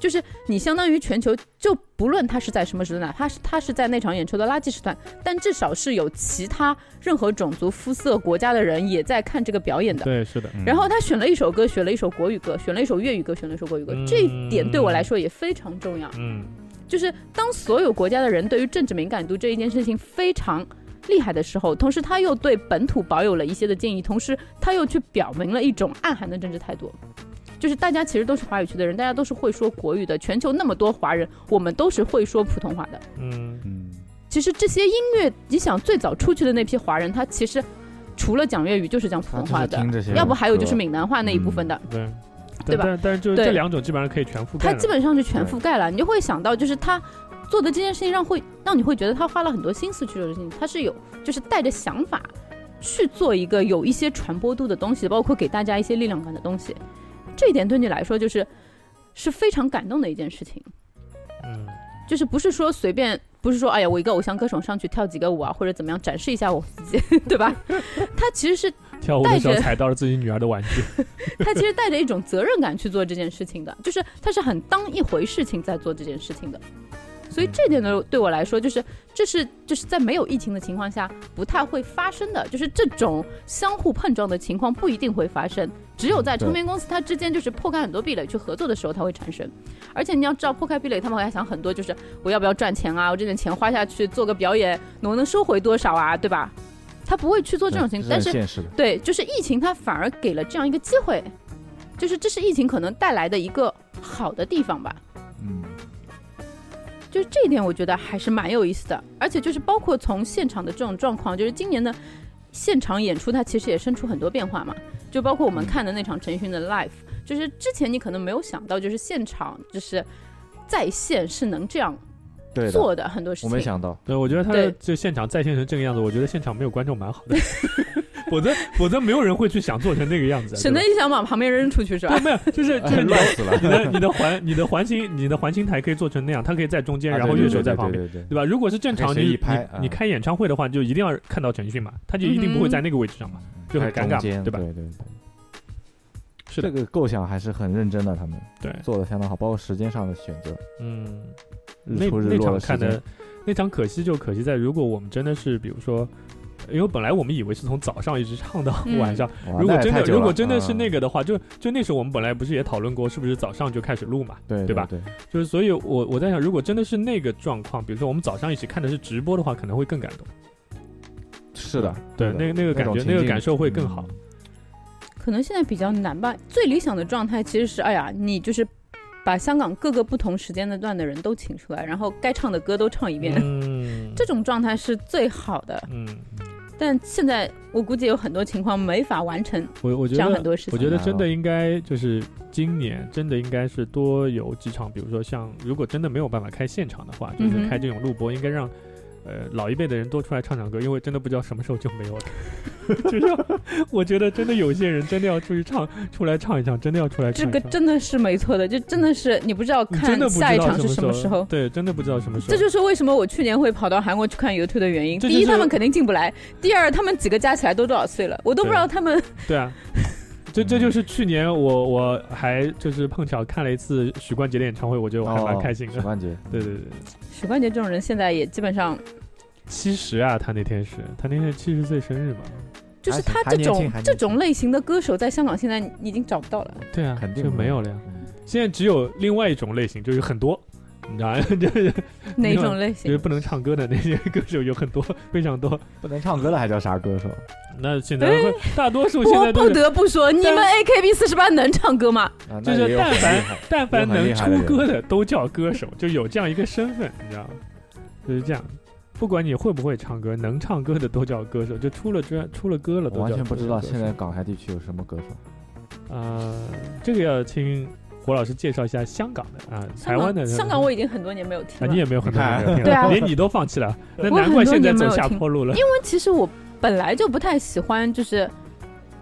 就是你相当于全球，就不论他是在什么时段，他是他是在那场演出的垃圾时段，但至少是有其他任何种族、肤色、国家的人也在看这个表演的。 对，是的。 然后他选了一首歌，选了一首国语歌，选了一首粤语歌，选了一首国语歌，嗯、这一点对我来说也非常重要。嗯，就是当所有国家的人对于政治敏感度这一件事情非常厉害的时候，同时他又对本土保有了一些的建议，同时他又去表明了一种暗含的政治态度。就是大家其实都是华语区的人，大家都是会说国语的，全球那么多华人，我们都是会说普通话的。嗯嗯，其实这些音乐，你想最早出去的那批华人，他其实除了讲粤语就是讲普通话的，要不还有就是闽南话那一部分的。 嗯、 对。对吧？ 但但是就这两种基本上可以全覆盖， 它基本上是全覆盖了。你就会想到，就是他做的这件事情让会让你会觉得他花了很多心思去做这件事情，他是有就是带着想法去做一个有一些传播度的东西，包括给大家一些力量感的东西。这一点对你来说就是是非常感动的一件事情。嗯，就是不是说随便，不是说哎呀我一个偶像歌手上去跳几个舞啊，或者怎么样展示一下我自己，对吧？他其实是跳舞的时候踩到了自己女儿的玩具。 他其实带着一种责任感去做这件事情的，就是他是很当一回事情在做这件事情的。所以这点呢，对我来说，就是这是就是在没有疫情的情况下不太会发生的，就是这种相互碰撞的情况不一定会发生，只有在唱片公司它之间就是破开很多壁垒去合作的时候它会产生。而且你要知道，破开壁垒他们还想很多，就是我要不要赚钱啊，我这点钱花下去做个表演我能收回多少啊，对吧？他不会去做这种情况。但是对，就是疫情它反而给了这样一个机会，就是这是疫情可能带来的一个好的地方吧。嗯，就是这一点我觉得还是蛮有意思的。而且就是包括从现场的这种状况，就是今年的现场演出它其实也生出很多变化嘛，就包括我们看的那场陈奕迅的 live， 就是之前你可能没有想到，就是现场就是在线是能这样做的，很多事情我没想到。 对，我觉得他就现场在线成这个样子，我觉得现场没有观众蛮好的。否则否则没有人会去想做成那个样子， 省得你想把旁边扔出去是吧？ 对，没有，就是就是你你的你的环你的环形你的环形台可以做成那样，它可以在中间，然后乐手在旁边，对, 对, 对, 对, 对, 对吧？如果是正常你你你开演唱会的话，就一定要看到陈奕迅嘛，他就一定不会在那个位置上嘛，嗯、就很尴尬，对吧？ 对对对，是这个构想还是很认真的，他们对做的相当好，包括时间上的选择。 嗯，那那场看的那场可惜就可惜在，如果我们真的是比如说。因为本来我们以为是从早上一直唱到晚上，嗯、如果真的如果真的是那个的话，嗯、就就那时候我们本来不是也讨论过，是不是早上就开始录嘛？ 对对吧？ 对， 就是所以我我在想，如果真的是那个状况，比如说我们早上一起看的是直播的话，可能会更感动。 是的， 对，那个那个感觉，那个感受会更好。嗯、 可能现在比较难吧。最理想的状态其实是，哎呀，你就是把香港各个不同时间的段的人都请出来，然后该唱的歌都唱一遍，嗯、这种状态是最好的。嗯。但现在我估计有很多情况没法完成这样很多事情。 我觉得真的应该就是今年真的应该是多有几场，比如说像如果真的没有办法开现场的话，就是开这种录播，应该让呃老一辈的人多出来唱唱歌，因为真的不知道什么时候就没有了。就是我觉得真的有些人真的要出去唱，出来唱一唱，真的要出来唱一唱。 这个真的是没错的，就真的是你不知道看下一场是什么时候。 对，真的不知道什么时候。 这就是为什么我去年会跑到韩国去看 YouTube 的原因。第一，他们肯定进不来；第二，他们几个加起来都多少岁了，我都不知道他们。 对啊。这这就是去年我我还就是碰巧看了一次许冠杰的演唱会，我觉得我还蛮开心的。 许冠杰， 对对对， 许冠杰这种人现在也基本上七十啊，他那天是他那天七十岁生日嘛。 就是他这种这种类型的歌手，在香港现在已经找不到了。 对啊， 肯定就没有了呀。现在只有另外一种类型，就是很多，你知道吗？就是哪种类型？ 就是不能唱歌的那些歌手有很多，非常多。 不能唱歌的还叫啥歌手？ 那现在大多数现在都我不得不说，你们 A K B 四十八能唱歌吗？ 啊、就是但凡但凡能出歌的都叫歌手，就有这样一个身份，你知道吗？就是这样。不管你会不会唱歌，能唱歌的都叫歌手，就出了专出了歌了都叫歌手。 我完全不知道现在港台地区有什么歌手。 呃，这个要听胡老师介绍一下香港的啊，台湾的。 香港我已经很多年没有听了， 啊、你也没有很多年没有听了， 对啊， 连你都放弃了，那难怪现在走下坡路了。 因为其实我本来就不太喜欢，就是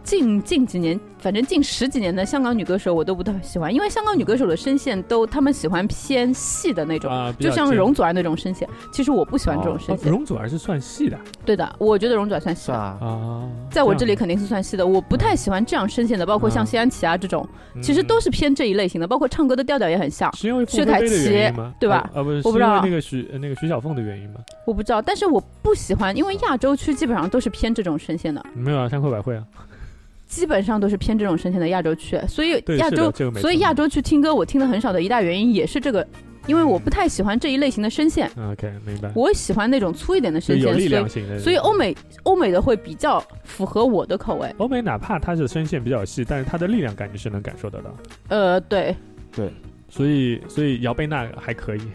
近近几年，反正近十几年的香港女歌手我都不太喜欢，因为香港女歌手的声线都他们喜欢偏细的那种，啊、就像容祖儿那种声线。其实我不喜欢这种声线。 哦、容祖儿是算细的。 对的，我觉得容祖儿算细的啊，在我这里肯定是算细的。我不太喜欢这样声线的，包括像谢安琪啊这种，嗯、其实都是偏这一类型的，包括唱歌的调调也很像。 是因为薛凯琪对吧？ 啊不是， 我不知道那个徐那个徐小凤的原因吗？ 我不知道，但是我不喜欢，因为亚洲区基本上都是偏这种声线的。 没有啊，山口百惠啊。 基本上都是偏这种声线的亚洲区，所以亚洲，这个、所以亚洲区听歌我听的很少的一大原因也是这个，因为我不太喜欢这一类型的声线。 OK， 明白。 我喜欢那种粗一点的声线， 有力量型的。 所以欧美欧美的会比较符合我的口味。 欧美哪怕它的声线比较细，但是它的力量感你是能感受得到。 呃，对， 对， 所以所以姚贝娜还可以。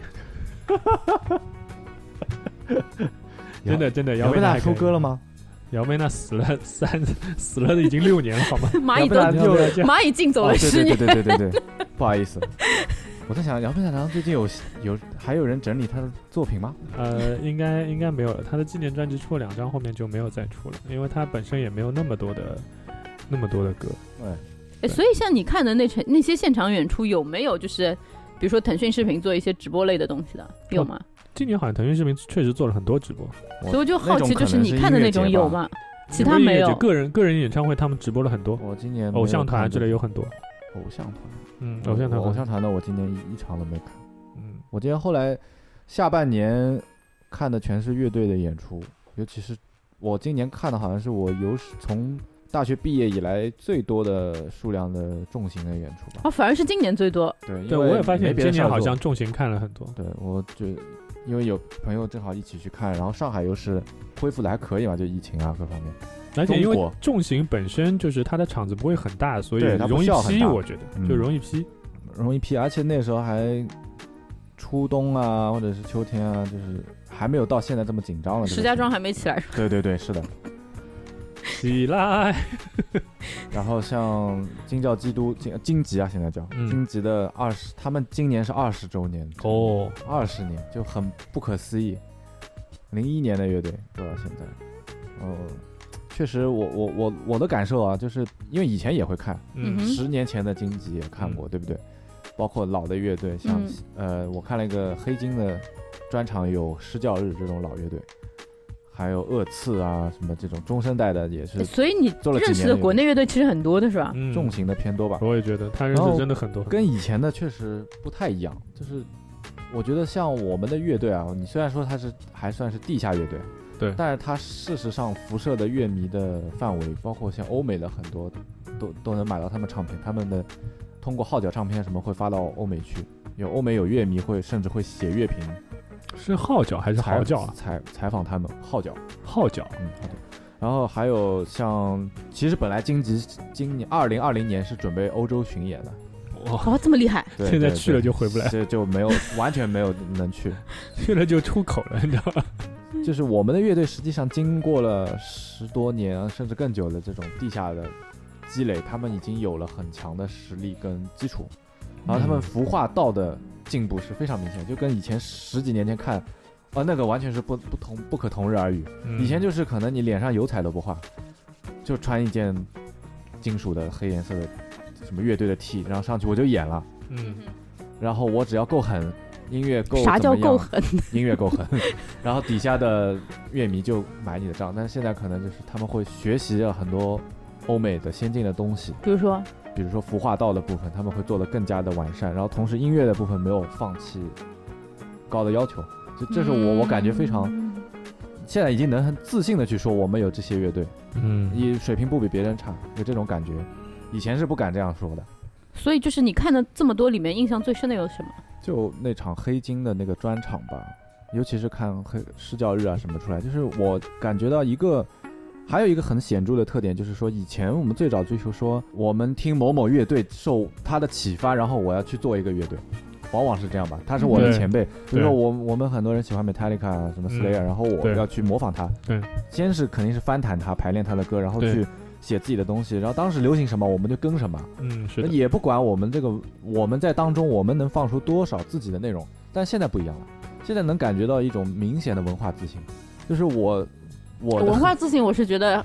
真的真的， 姚贝娜出歌了吗？ 姚贝娜死了三死了已经六年了，好吗？ 蚂蚁都蚂蚁竞走了十年。 对对对对对对，不好意思，我在想姚贝娜最近有有还有人整理她的作品吗？ 呃，应该应该没有了，她的纪念专辑出了两张，后面就没有再出了，因为她本身也没有那么多的那么多的歌。 对，所以像你看的那场那些现场演出，有没有就是比如说腾讯视频做一些直播类的东西的，有吗？ 哦，今年好像腾讯视频确实做了很多直播， 所以我就好奇，就是你看的那种有吗？其他没有。 个人个人演唱会他们直播了很多， 我今年偶像团之类有很多。 偶像团， 嗯，偶像团， 偶像团的我今年一场都没看。嗯，我今年后来下半年看的全是乐队的演出，尤其是我今年看的好像是我有从大学毕业以来最多的数量的重型的演出吧。 哦，反而是今年最多。 对， 对，我也发现今年好像重型看了很多。 对，我就因为有朋友正好一起去看，然后上海又是恢复的还可以嘛，就疫情啊各方面。 而且因为重型本身就是它的场子不会很大，所以容易批，我觉得、嗯、就容易批， 容易批。而且那时候还初冬啊，或者是秋天啊，就是还没有到现在这么紧张了。 石家庄还没起来。 对对对，是的。 起来。 然后像金教基督金金吉啊，现在叫、嗯、金吉的二十，他们今年是二十周年哦， 二十年就很不可思议。零一年的乐队做到现在，哦，确实我我我我的感受啊，就是因为以前也会看，嗯，十年前的金吉也看过，嗯、对不对？包括老的乐队，像、嗯、呃，我看了一个黑金的专场，有施教日这种老乐队。还有恶刺啊，什么这种中生代的也是， 所以你认识的国内乐队其实很多的是吧？ 嗯，重型的偏多吧。 我也觉得他认识真的很多， 跟以前的确实不太一样。就是我觉得像我们的乐队啊，你虽然说它是还算是地下乐队， 对， 但是它事实上辐射的乐迷的范围，包括像欧美的很多都都能买到他们唱片，他们的通过号角唱片什么会发到欧美去，有欧美有乐迷会甚至会写乐评。 是号角还是嚎叫啊？ 采采访他们号角， 号角， 嗯，号角。然后还有像，其实本来金吉今年二零二零年是准备欧洲巡演的， 哦，这么厉害！ 现在去了就回不来， 这就没有完全没有能去， 去了就出口了，你知道吗？ 就是我们的乐队实际上经过了十多年甚至更久的这种地下的积累，他们已经有了很强的实力跟基础，然后他们孵化道的进步是非常明显，就跟以前十几年前看，啊，那个完全是不不同不可同日而语。嗯、以前就是可能你脸上油彩都不画，就穿一件金属的黑颜色的什么乐队的 T， 然后上去我就演了。嗯，然后我只要够狠，音乐够啥叫够狠？ 音乐够狠，然后底下的乐迷就买你的账。但是现在可能就是他们会学习了很多欧美的先进的东西， 比如说。 比如说孵化道的部分他们会做得更加的完善，然后同时音乐的部分没有放弃高的要求，就这是我、嗯、我感觉非常现在已经能很自信的去说我们有这些乐队，嗯，你水平不比别人差，有这种感觉，以前是不敢这样说的。 所以就是你看的这么多里面印象最深的有什么？ 就那场黑金的那个专场吧，尤其是看黑施教日啊什么出来，就是我感觉到一个还有一个很显著的特点，就是说以前我们最早追求说我们听某某乐队受他的启发，然后我要去做一个乐队，往往是这样吧，他是我的前辈，比如说我我们很多人喜欢 Metallica 啊什么 Slayer、嗯、然后我要去模仿他，对，先是肯定是翻弹他排练他的歌，然后去写自己的东西，然后当时流行什么我们就跟什么，嗯，是的，也不管我们这个我们在当中我们能放出多少自己的内容，但现在不一样了，现在能感觉到一种明显的文化自信，就是我我文化自信，我是觉得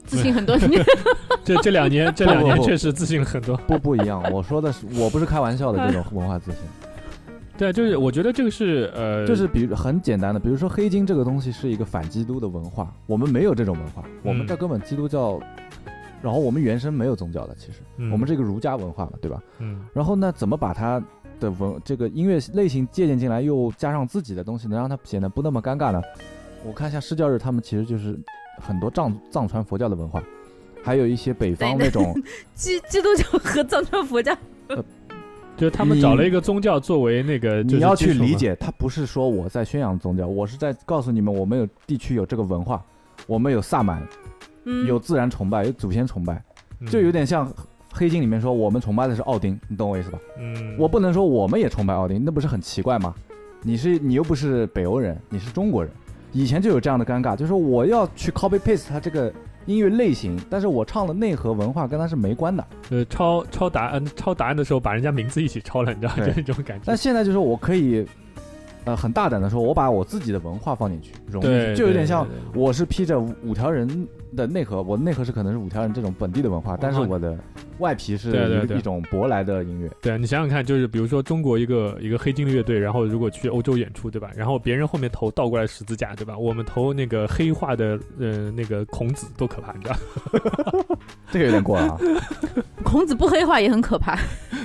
自信很多年。 这这两年，这两年确实自信了很多。 不不一样，我说的是，我不是开玩笑的这种文化自信。 对，就是我觉得这个是呃， 就是比如很简单的，比如说黑金这个东西是一个反基督的文化，我们没有这种文化，我们这根本基督教，然后我们原生没有宗教的，其实、嗯、我们这个儒家文化嘛，对吧？嗯。然后呢，怎么把它的文这个音乐类型借鉴进来，又加上自己的东西，能让它显得不那么尴尬呢？我看像释教日，他们其实就是很多藏藏传佛教的文化，还有一些北方那种基基督教和藏传佛教。 呃就是他们找了一个宗教作为那个， 你要去理解，他不是说我在宣扬宗教，我是在告诉你们，我们有地区有这个文化，我们有萨满、嗯，有自然崇拜，有祖先崇拜，嗯、就有点像黑镜里面说我们崇拜的是奥丁，你懂我意思吧？嗯，我不能说我们也崇拜奥丁，那不是很奇怪吗？你是你又不是北欧人，你是中国人，以前就有这样的尴尬，就是说我要去 copy paste 他这个音乐类型，但是我唱的内核文化跟它是没关的。 呃，抄抄答案抄答案的时候把人家名字一起抄了，你知道这种感觉。 但现在就是我可以，呃，很大胆的说，我把我自己的文化放进去，融进去，就有点像我是披着五条人的内核，我的内核是可能是五条人这种本地的文化，但是我的外皮是一种舶来的音乐。 对啊，你想想看，就是比如说中国一个一个黑金的乐队，然后如果去欧洲演出，对吧？然后别人后面投倒过来十字架，对吧？我们投那个黑化的呃那个孔子多可怕，你知道？ 这个有点过了啊。 孔子不黑化也很可怕。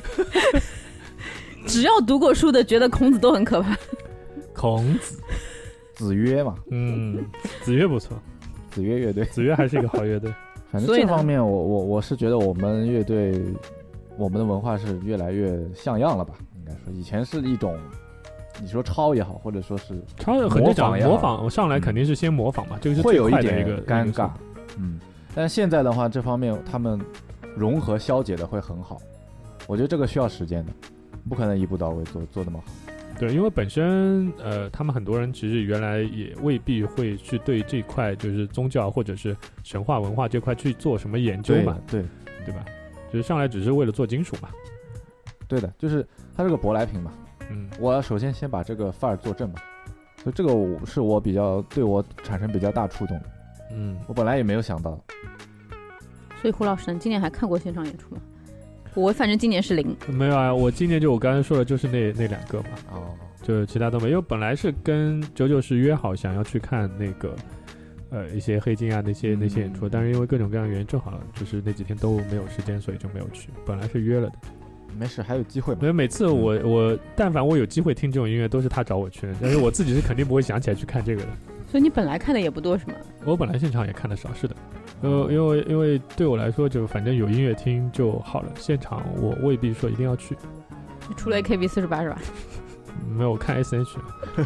只要读过书的觉得孔子都很可怕。 孔子， 子曰嘛， 嗯，子曰不错， 子曰乐队， 子曰还是一个好乐队。 反正这方面我，我我我是觉得我们乐队，我们的文化是越来越像样了吧？应该说，以前是一种，你说抄也好，或者说是抄很正常，模仿上来肯定是先模仿嘛，嗯、这个是会有一点尴尬，嗯。但是现在的话，这方面他们融合消解的会很好，我觉得这个需要时间的，不可能一步到位做做那么好。 对，因为本身呃，他们很多人其实原来也未必会去对这块就是宗教或者是神话文化这块去做什么研究嘛， 对对, 对吧？就是上来只是为了做金属嘛。 对的，就是它是个舶来品嘛。嗯，我要首先先把这个范儿做正嘛，所以这个是我比较对我产生比较大触动的。嗯，我本来也没有想到。 所以胡老师，你今年还看过现场演出吗？我反正今年是零， 没有啊。我今年就我刚才说的就是那那两个嘛，哦，就其他都没有。因为本来是跟九九是约好想要去看那个呃一些黑金啊那些那些演出，但是因为各种各样的原因，正好就是那几天都没有时间，所以就没有去。本来是约了的。 没事，还有机会嘛。 因为每次我、嗯、我但凡我有机会听这种音乐，都是他找我去的，但是我自己是肯定不会想起来去看这个的。 所以你本来看的也不多是吗？ 我本来现场也看的少，是的。呃，因为因为对我来说，就反正有音乐听就好了。现场我未必说一定要去。 除了 A K B 四十八是吧？ 没有，我看 S H。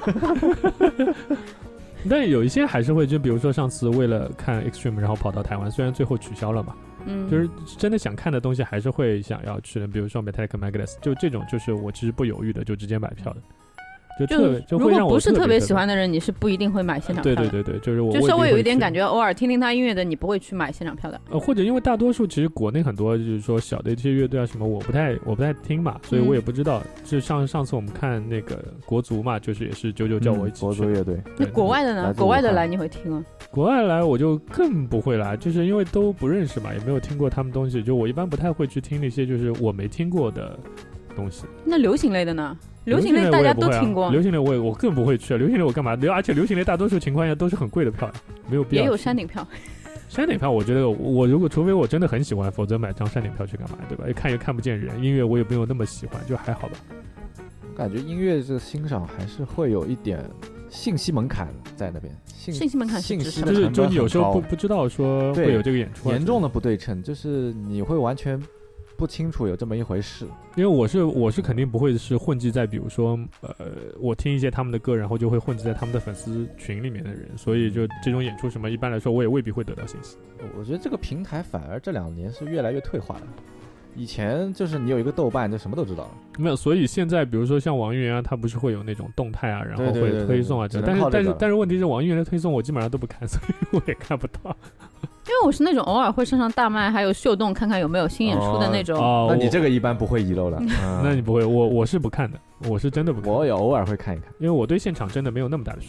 但有一些还是会，就比如说上次为了看 Extreme， 然后跑到台湾，虽然最后取消了嘛，嗯，就是真的想看的东西还是会想要去的。比如说 Metallica Megadeth， 就这种就是我其实不犹豫的，就直接买票的。就特就会让我如果不是特别喜欢的人，你是不一定会买现场票的。 对对对对，就是我就稍微有一点感觉，偶尔听听他音乐的，你不会去买现场票的。 呃，或者因为大多数其实国内很多就是说小的一些乐队啊什么，我不太我不太听嘛，所以我也不知道。嗯、就上上次我们看那个国足嘛，就是也是九九叫我一起去、嗯、 国足乐队。 那国外的呢？国外的来你会听吗？ 国外来我就更不会来，就是因为都不认识嘛，也没有听过他们东西，就我一般不太会去听那些就是我没听过的东西。 那流行类的呢？流行类大家都听过， 流行类我也我更不会去啊！流行类我干嘛？流而且流行类大多数情况下都是很贵的票，没有必要。 也有山顶票。 山顶票我觉得我如果除非我真的很喜欢，否则买张山顶票去干嘛？对吧？看又看不见人，音乐我也没有那么喜欢，就还好吧。 感觉音乐这个欣赏还是会有一点信息门槛在那边。信, 信息门槛信息的就是就有时候不不知道说会有这个演出， 严重的不对称，就是你会完全不清楚有这么一回事。 因为我是我是肯定不会是混迹在比如说呃我听一些他们的歌，然后就会混迹在他们的粉丝群里面的人，所以就这种演出什么一般来说我也未必会得到信息。 我觉得这个平台反而这两年是越来越退化了。以前就是你有一个豆瓣就什么都知道了， 没有，所以现在比如说像网易云啊，它不是会有那种动态啊，然后会推送啊， 对对对对对， 但是但是但是问题是网易云的推送我基本上都不看，所以我也看不到。 因为我是那种偶尔会上上大麦还有秀动看看有没有新演出的那种。 哦，那你这个一般不会遗漏了。 嗯、那你不会，我我是不看的，我是真的不看。 我也偶尔会看一看， 因为我对现场真的没有那么大的需求。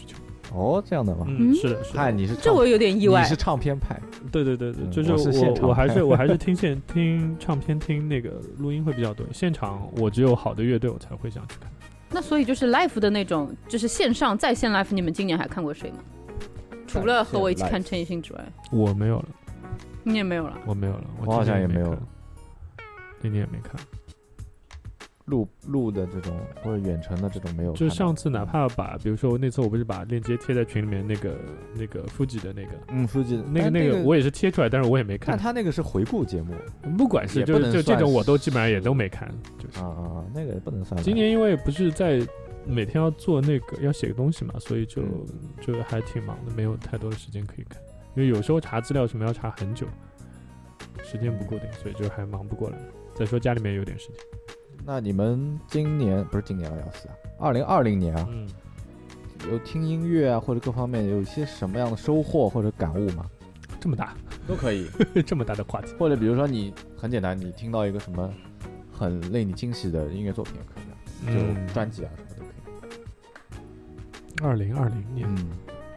哦，这样的吗？ 嗯，是的，是的。 嗨，你是这我有点意外。 你是唱片派？ 对对对对，就是我我还是我还是听现听唱片听那个录音会比较多，现场我只有好的乐队我才会想去看。 那所以就是 live 的那种，就是线上在线 live， 你们今年还看过谁吗？除了和我一起看陈奕迅之外， 我没有了。 你也没有了？ 我没有了， 我好像也没有了， 今年也没看。 录录的这种或者远程的这种没有， 就上次哪怕把，比如说那次我不是把链接贴在群里面，那个那个富吉的那个， 嗯，富吉那个那个我也是贴出来，但是我也没看。 但他那个是回顾节目， 不管是就就这种我都基本上也都没看，就是啊啊，那个也不能算。 今年因为不是在每天要做那个要写个东西嘛，所以就就还挺忙的，没有太多的时间可以看。因为有时候查资料什么要查很久，时间不固定，所以就还忙不过来。再说家里面有点事情。 那你们今年不是今年了，要死啊！二零二零年啊， 嗯， 有听音乐啊或者各方面有一些什么样的收获或者感悟吗？ 这么大都可以， 这么大的话题， 或者比如说你很简单，你听到一个什么很令你惊喜的音乐作品也可以啊，就专辑啊什么都可以。二零二零年， 嗯。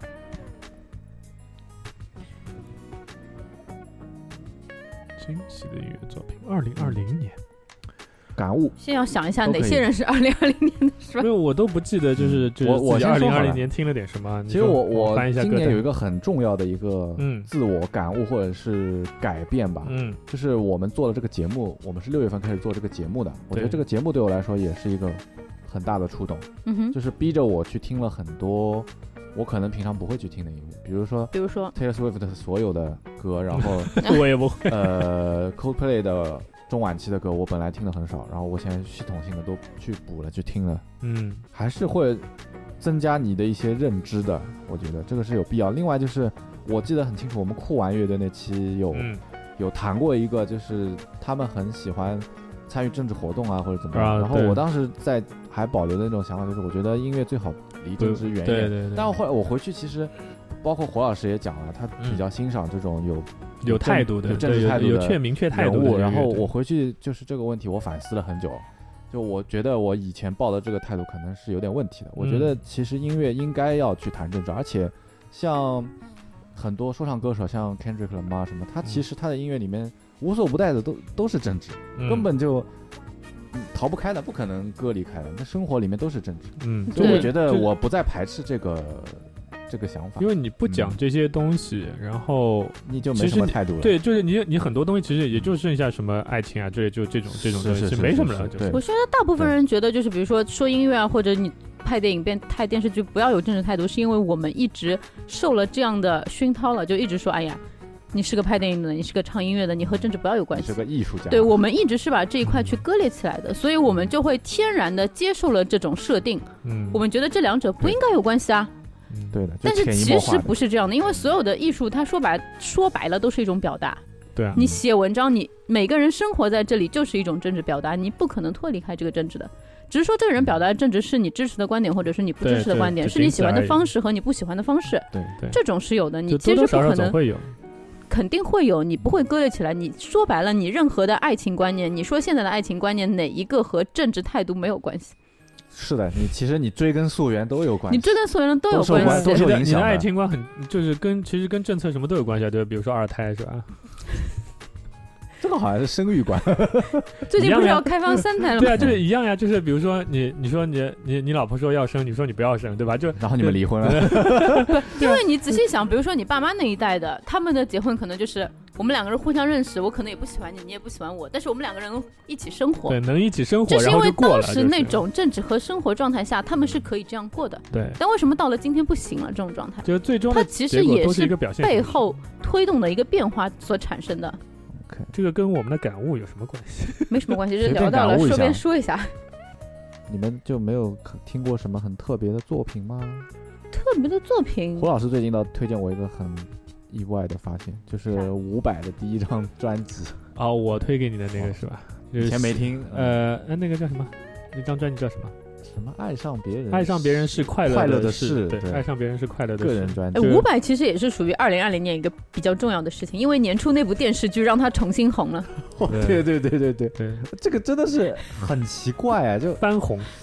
惊喜的音乐作品，二零二零年感悟。 先要想一下哪些人是二零二零年的，是吧？ 因为我都不记得，就是就是我我二零二零年听了点什么。 其实我我今年有一个很重要的一个自我感悟或者是改变吧， 嗯， 就是我们做了这个节目，我们是六月份开始做这个节目的，我觉得这个节目对我来说也是一个很大的触动， 嗯哼， 就是逼着我去听了很多我可能平常不会去听的音乐，比如说， 比如说 Taylor Swift 的所有的歌，然后我也不会， 呃 Coldplay 的中晚期的歌，我本来听的很少，然后我现在系统性的都去补了，去听了， 嗯， 还是会增加你的一些认知的，我觉得这个是有必要。另外就是，我记得很清楚，我们酷玩乐队那期有、嗯、有谈过一个，就是他们很喜欢参与政治活动啊，或者怎么样。啊、然后我当时在还保留的那种想法，就是我觉得音乐最好离政治远一点。 对对对。 但后来我回去，其实包括火老师也讲了，他比较欣赏这种有、嗯、 有态度的、 有政治态度的有确明确态度的。 然后我回去就是这个问题，我反思了很久。就我觉得我以前抱的这个态度可能是有点问题的。我觉得其实音乐应该要去谈政治，嗯、而且像很多说唱歌手，像 Kendrick Lamar 什么，他其实他的音乐里面无所不带的都都是政治，嗯、根本就逃不开的，不可能割离开的。那生活里面都是政治。嗯，所以我觉得我不再排斥这个。这个想法， 因为你不讲这些东西，嗯、然后你就没什么态度了。 对，就是你你很多东西其实也就剩下什么爱情啊，这就这种这种东西是没什么了。就是我觉得大部分人觉得，就是比如说说音乐啊，或者你拍电影、变拍电视剧，不要有政治态度，是因为我们一直受了这样的熏陶了，就一直说，哎呀，你是个拍电影的，你是个唱音乐的，你和政治不要有关系。 你是个艺术家。 对，我们一直是把这一块去割裂起来的，所以我们就会天然的接受了这种设定。嗯，我们觉得这两者不应该有关系啊。 嗯，对的， 但是其实不是这样的，因为所有的艺术，它说白说白了都是一种表达。 对啊， 你写文章，你每个人生活在这里就是一种政治表达，你不可能脱离开这个政治的。只是说这个人表达的政治是你支持的观点，或者是你不支持的观点，是你喜欢的方式和你不喜欢的方式。 对对， 这种是有的，你其实不可能，肯定会有，你不会割裂起来。你说白了，你任何的爱情观念，你说现在的爱情观念哪一个和政治态度没有关系？ 是的，你其实你追根溯源都有关系， 你追根溯源都有关系， 都受影响的。 你的爱情观很就是跟其实跟政策什么都有关系啊，对，比如说二胎是吧？ 这个好像是生育观， 最近不是要开放三胎了吗？ 对啊，就是一样呀，就是比如说你你说你你你老婆说要生，你说你不要生，对吧？就然后你们离婚了。 不，因为你仔细想，比如说你爸妈那一代的，他们的结婚可能就是我们两个人互相认识，我可能也不喜欢你，你也不喜欢我，但是我们两个人一起生活， 对，能一起生活， 这是因为当时那种政治和生活状态下，他们是可以这样过的。 对， 但为什么到了今天不行了？这种状态， 就是最终它其实也是背后推动的一个变化所产生的。 这个跟我们的感悟有什么关系？ 没什么关系，就是聊到了，顺便说一下。 你们就没有听过什么很特别的作品吗？ 特别的作品， 胡老师最近倒推荐我一个很意外的发现，就是伍佰的第一张专辑。 哦，我推给你的那个是吧？ 以前没听。 呃，那个叫什么？那张专辑叫什么？ 什么爱上别人？ 爱上别人是快乐快乐的事， 对， 爱上别人是快乐的个人专辑。 伍佰其实也是属于二零二零年一个比较重要的事情，因为年初那部电视剧让他重新红了。 对对对对对对，这个真的是很奇怪啊，就翻红。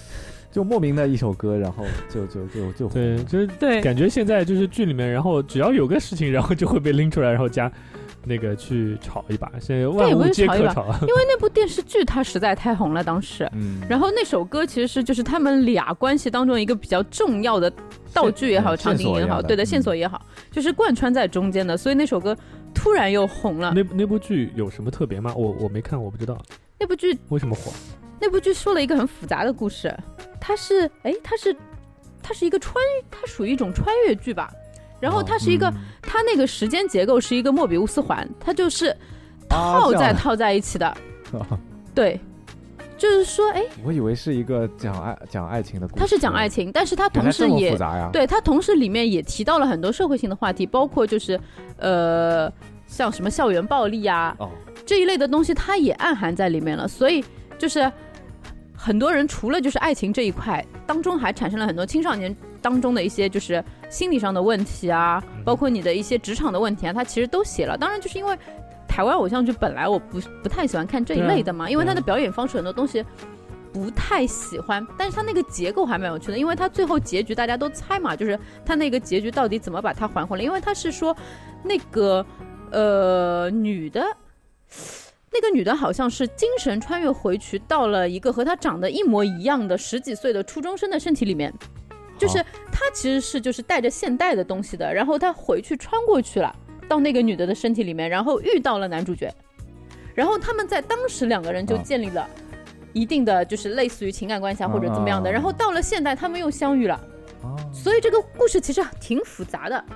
就莫名的一首歌，然后就就就就对，就是对，感觉现在就是剧里面，然后只要有个事情，然后就会被拎出来，然后加那个去炒一把，现在万物皆可炒。 因为那部电视剧它实在太红了当时，嗯，然后那首歌其实是就是他们俩关系当中一个比较重要的道具也好，场景也好，对的线索也好，就是贯穿在中间的，所以那首歌突然又红了。 那那部剧有什么特别吗？我我没看，我不知道。 那部剧为什么火？ 那部剧说了一个很复杂的故事，它是哎，它是它是一个穿，它属于一种穿越剧吧。然后它是一个，哦嗯、它那个时间结构是一个莫比乌斯环，它就是套在、啊、套在一起的。对，就是说，哎， 我以为是一个讲爱讲爱情的故事。 它是讲爱情，但是它同时也对它同时里面也提到了很多社会性的话题，包括就是呃，像什么校园暴力啊、哦、这一类的东西，它也暗含在里面了。所以就是很多人除了就是爱情这一块当中，还产生了很多青少年当中的一些就是心理上的问题啊，包括你的一些职场的问题啊，他其实都写了。当然就是因为台湾偶像剧本来我不不太喜欢看这一类的嘛，因为他的表演方式很多东西不太喜欢，但是他那个结构还蛮有趣的，因为他最后结局大家都猜嘛，就是他那个结局到底怎么把它还回来。因为他是说那个呃女的那个女的好像是精神穿越回去到了一个和她长得一模一样的十几岁的初中生的身体里面，就是她其实是就是带着现代的东西的，然后她回去穿过去了到那个女的的身体里面，然后遇到了男主角，然后他们在当时两个人就建立了一定的就是类似于情感关系啊或者怎么样的，然后到了现代他们又相遇了，所以这个故事其实挺复杂的。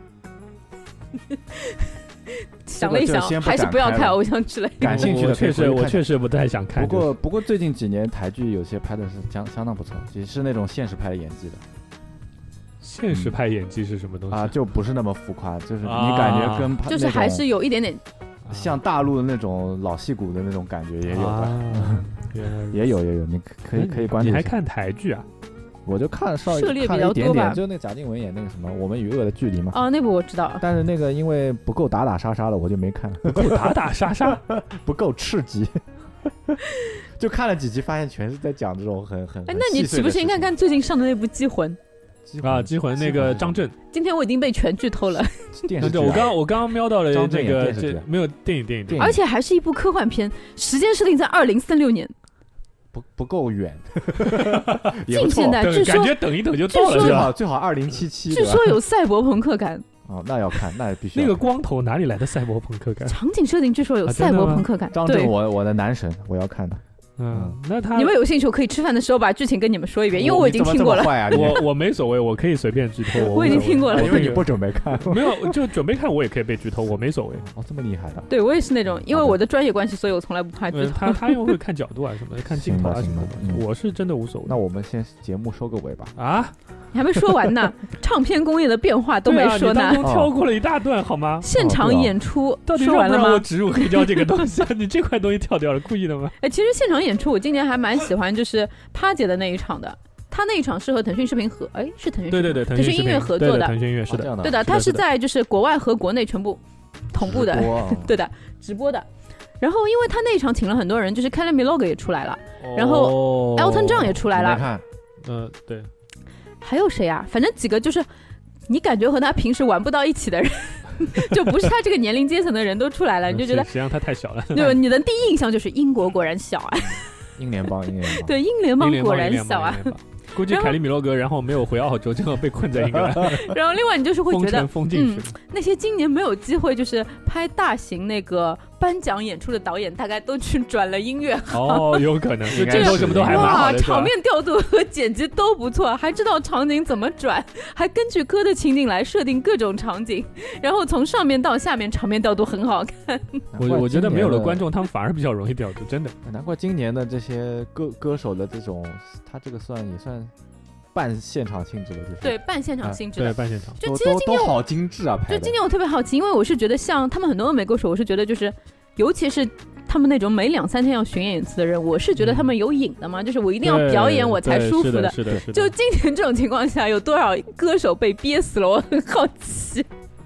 想了一想，还是不要看偶像剧了。 感兴趣的确实，我确实不太想看。 不过，不过最近几年台剧有些拍的是相相当不错，也是那种现实派演技的。 现实派演技是什么东西啊？就不是那么浮夸，就是你感觉跟、啊、 就是还是有一点点像大陆的那种老戏骨的那种感觉也有的，啊、也有也有，你可以可以关注。 你还看台剧啊？ 我就看稍微涉猎比较多吧， 就那个贾静雯演那个什么《我们与恶的距离》嘛。 哦，那部我知道。 但是那个因为不够打打杀杀的，我就没看。 不够打打杀杀， 不够刺激，就看了几集，发现全是在讲这种很很。 哎，那你岂不是应该看最近上的那部《机魂》？ 啊，《机魂》那个张震。 今天我已经被全剧透了。 电视剧、啊。 我刚我刚刚瞄到了这个， 这没有电影电影电影， 而且还是一部科幻片，时间设定在二零三六年。 不不够远， 近现代据说感觉等一等就到了， 最好最好二零七七。 据说有赛博朋克感。 哦，那要看，那必须。 那个光头哪里来的赛博朋克感？ 场景设定据说有赛博朋克感。 啊、张震，我我的男神，我要看的。 嗯，那他你们有兴趣，我可以吃饭的时候把剧情跟你们说一遍，因为我已经听过了。 啊、 我我没所谓，我可以随便剧透。 我已经听过了， 因为你不准备看。 没有，就准备看，我也可以被剧透，我没所谓。 哦，这么厉害的。 对，我也是那种，因为我的专业关系，所以我从来不怕剧透。 他他又会看角度啊什么的，看镜头啊什么的，嗯、我是真的无所谓。 那我们先节目收个尾吧。 啊？ 你还没说完呢，唱片工业的变化都没说呢。 啊、你当中跳过了一大段好吗？ 现场演出、哦、 到底说完了吗？ 让我植入黑胶这个东西，你这块东西跳掉了，故意的吗？ 哎，其实现场演出我今年还蛮喜欢，就是趴姐的那一场的。他那一场是和腾讯视频合，哎，是腾讯对对对腾讯音乐合作的， 腾讯音乐是的， 对的，他是在就是国外和国内全部同步的，对的，直播的。然后因为他那一场请了很多人，就是 Kylie Minogue 也出来了，哦、然后 Elton John 也出来了， 看， 呃，对， 还有谁啊？反正几个就是你感觉和他平时玩不到一起的人。就不是他这个年龄阶层的人都出来了，你就觉得实际上他太小了。 对，你的第一印象就是英国果然小啊。 英联邦，英联邦。 对，英联邦果然小啊。 估计凯利米洛格然后没有回澳洲，正好被困在英格兰。 然后另外你就是会觉得， 封进去、 嗯、那些今年没有机会就是拍大型那个颁奖演出的导演，大概都去转了音乐行。 哦，有可能，就这个什么都还蛮好的。 场面调度和剪辑都不错，还知道场景怎么转，还根据歌的情景来设定各种场景，然后从上面到下面场面调度很好看。 我我觉得没有了观众，他们反而比较容易调度，真的。 难怪今年的这些歌歌手的这种，他这个算也算。半现场性质的，就是对半现场性质的， 对半现场， 就其实今年都好精致啊！ 就今年我特别好奇，因为我是觉得像他们很多欧美歌手，我是觉得就是，尤其是他们那种每两三天要巡演一次的人，我是觉得他们有瘾的嘛，嗯、就是我一定要表演我才舒服的。是的，是的。 就今年这种情况下，有多少歌手被憋死了？我很好奇。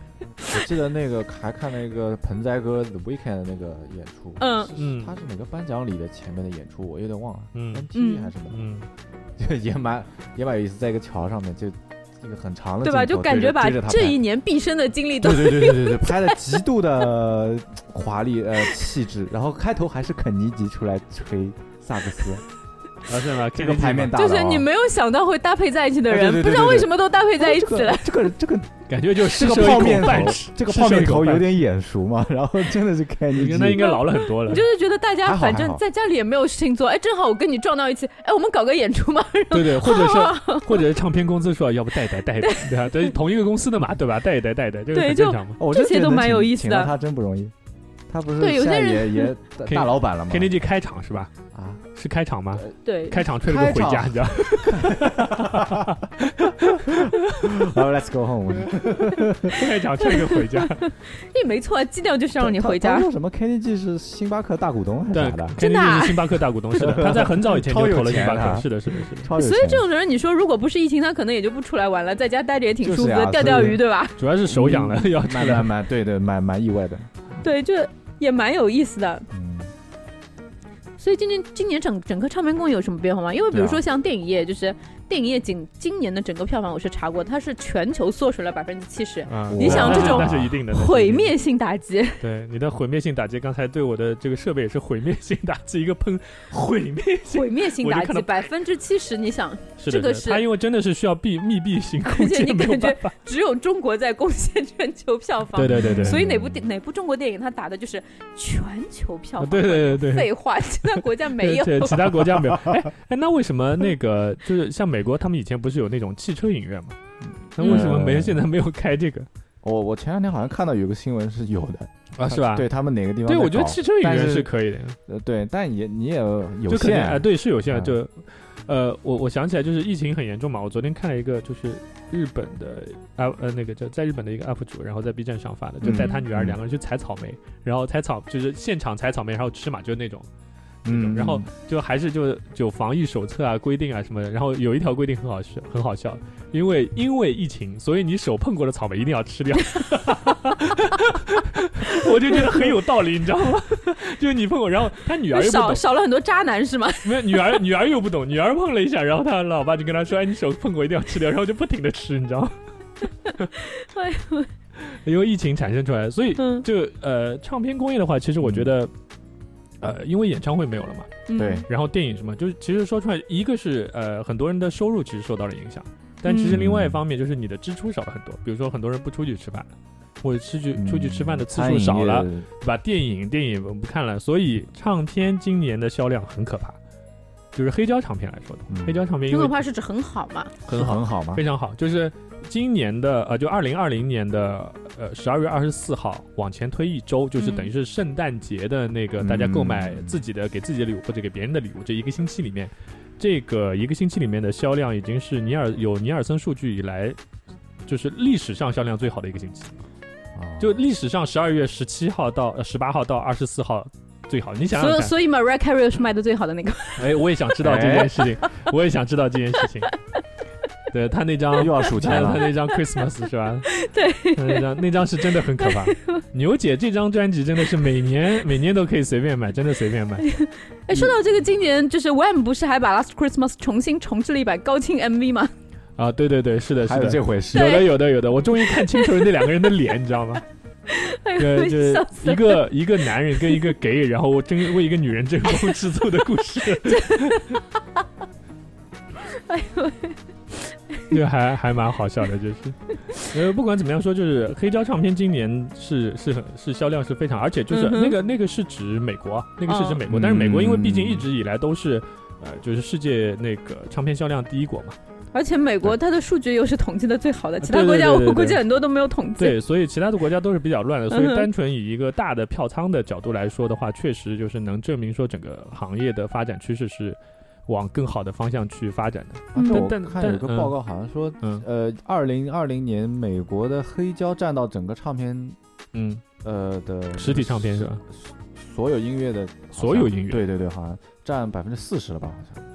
我记得那个还看那个盆栽哥 The Weeknd 的那个演出，嗯嗯，他是哪个颁奖礼的前面的演出，我有点忘了，嗯 ，N T V 还是什么，嗯，就也蛮也蛮有意思，在一个桥上面就。一个很长的对吧？就感觉把这一年毕生的精力都对对对对对对拍的极度的华丽呃气质，然后开头还是肯尼基出来吹萨克斯。 啊，是吗？ 这个牌面大佬， 就是你没有想到会搭配在一起的人，不知道为什么都搭配在一起了。 这个这个感觉就是这个泡面头，这个泡面头有点眼熟嘛，然后真的是肯尼基， 那应该老了很多了。 你就是觉得大家反正在家里也没有事情做，哎，正好我跟你撞到一起，哎，我们搞个演出嘛。 对对，或者是或者是唱片公司说，要不带一带带一带，对啊，对，同一个公司的嘛，对吧？带一带带一带，这个很正常嘛。 这些都蛮有意思的。 他真不容易。他不是对有些人也也大老板了吗 ？Kennedy 开场是吧？啊，是开场吗？ 对， 开场吹了个回家，你知道？ 好 ，Let's go home。 开场吹个回家， 也没错，基调就是让你回家。 他说什么 Kennedy 是星巴克大股东还是啥的？ 真的、 啊，是星巴克大股东，是的，他在很早以前就投了星巴克，是的，是的，是的。 所以这种人，你说如果不是疫情，他可能也就不出来玩了，在家待着也挺舒服的，钓钓鱼，对吧？ 主要是手痒了， 嗯、 要出来， 蛮蛮对对，蛮蛮意外的。 对，就。也蛮有意思的，嗯，所以今年今年整整个唱片工业有什么变化吗？因为比如说像电影业，就是电影业今今年的整个票房我是查过，它是全球缩水了百分之七十。你想这种那是一定的毁灭性打击， 对你的毁灭性打击，刚才对我的这个设备也是毁灭性打击，一个喷毁灭性毁灭性打击百分之七十，你想是这个是它因为真的是需要闭密闭型空间， 而且你感觉只有中国在贡献全球票房， 对对对对， 所以哪部哪部中国电影它打的就是全球票房， 对对对对， 废话，其他国家没有， 对其他国家没有。哎哎，那为什么那个就是像美国，他们以前不是有那种汽车影院嘛？那为什么没人现在没有开这个？ 我我前两天好像看到有个新闻是有的啊，是吧？ 对他们哪个地方？ 对，我觉得汽车影院是可以的。 呃，对，但也你也有限啊，对，是有限。就呃，我我想起来，就是疫情很严重嘛。我昨天看了一个，就是日本的啊呃那个叫在日本的一个 U P 主，然后在 B 站上发的，就带他女儿两个人去采草莓，然后采草就是现场采草莓，然后吃嘛，就是那种。嗯，然后就还是就就防疫手册啊、规定啊什么的，然后有一条规定很好笑，很好笑，因为因为疫情，所以你手碰过的草莓一定要吃掉。我就觉得很有道理，你知道吗？就是你碰过，然后他女儿又不懂， 少少了很多渣男是吗？ 没有，女儿女儿又不懂，女儿碰了一下，然后他老爸就跟他说：“哎，你手碰过一定要吃掉。”然后就不停的吃，你知道吗？因为疫情产生出来，所以就呃，唱片工业的话，其实我觉得。呃，因为演唱会没有了嘛， 对， 然后电影什么，就是其实说出来，一个是呃很多人的收入其实受到了影响，但其实另外一方面就是你的支出少了很多，比如说很多人不出去吃饭，或者出去出去吃饭的次数少了，对吧？电影电影我们不看了，所以唱片今年的销量很可怕，就是黑胶唱片来说的，嗯、黑胶唱片很可怕是指很好嘛？ 很好， 很好吗？ 非常好，就是今年的呃，就二零二零年的。呃，十二月二十四号往前推一周，就是等于是圣诞节的那个、嗯、大家购买自己的、嗯、给自己的礼物或者给别人的礼物，这一个星期里面，这个一个星期里面的销量已经是尼尔有尼尔森数据以来，就是历史上销量最好的一个星期。哦、就历史上十二月十七号到十八号到二十四号最好，你想想看。 所以所以 Mariah Carey 是卖的最好的那个。 哎，我也想知道这件事情，我也想知道这件事情。对他那张又要数钱了， 他那张 Christmas 是吧？ 对， 那张那张是真的很可怕。牛姐这张专辑真的是每年每年都可以随便买，真的随便买。 哎，说到这个，今年就是 Wham 不是还把 Last Christmas 重新重制了一版高清 M V 吗？ 啊，对对对，是的，是的， 还有这回事。 有的有的有的，我终于看清楚了那两个人的脸，你知道吗？对，就是一个一个男人跟一个 gay， 然后真为一个女人争风吃醋的故事。 哎呦！ 就还还蛮好笑的，就是，呃，不管怎么样说，就是黑胶唱片今年是是很是销量是非常，而且就是那个、嗯、那个是指美国，那个是指美国，哦、但是美国因为毕竟一直以来都是，呃，就是世界那个唱片销量第一国嘛。 而且美国它的数据又是统计的最好的，其他国家我估计很多都没有统计。 对，所以其他的国家都是比较乱的，所以单纯以一个大的票仓的角度来说的话，确实就是能证明说整个行业的发展趋势是。往更好的方向去发展的。 嗯、但但我看有个报告好像说，嗯、呃，二零二零年美国的黑胶占到整个唱片， 嗯， 呃的实体唱片是吧？ 所有音乐的， 所有音乐， 对对对，好像占百分之四十了吧？好像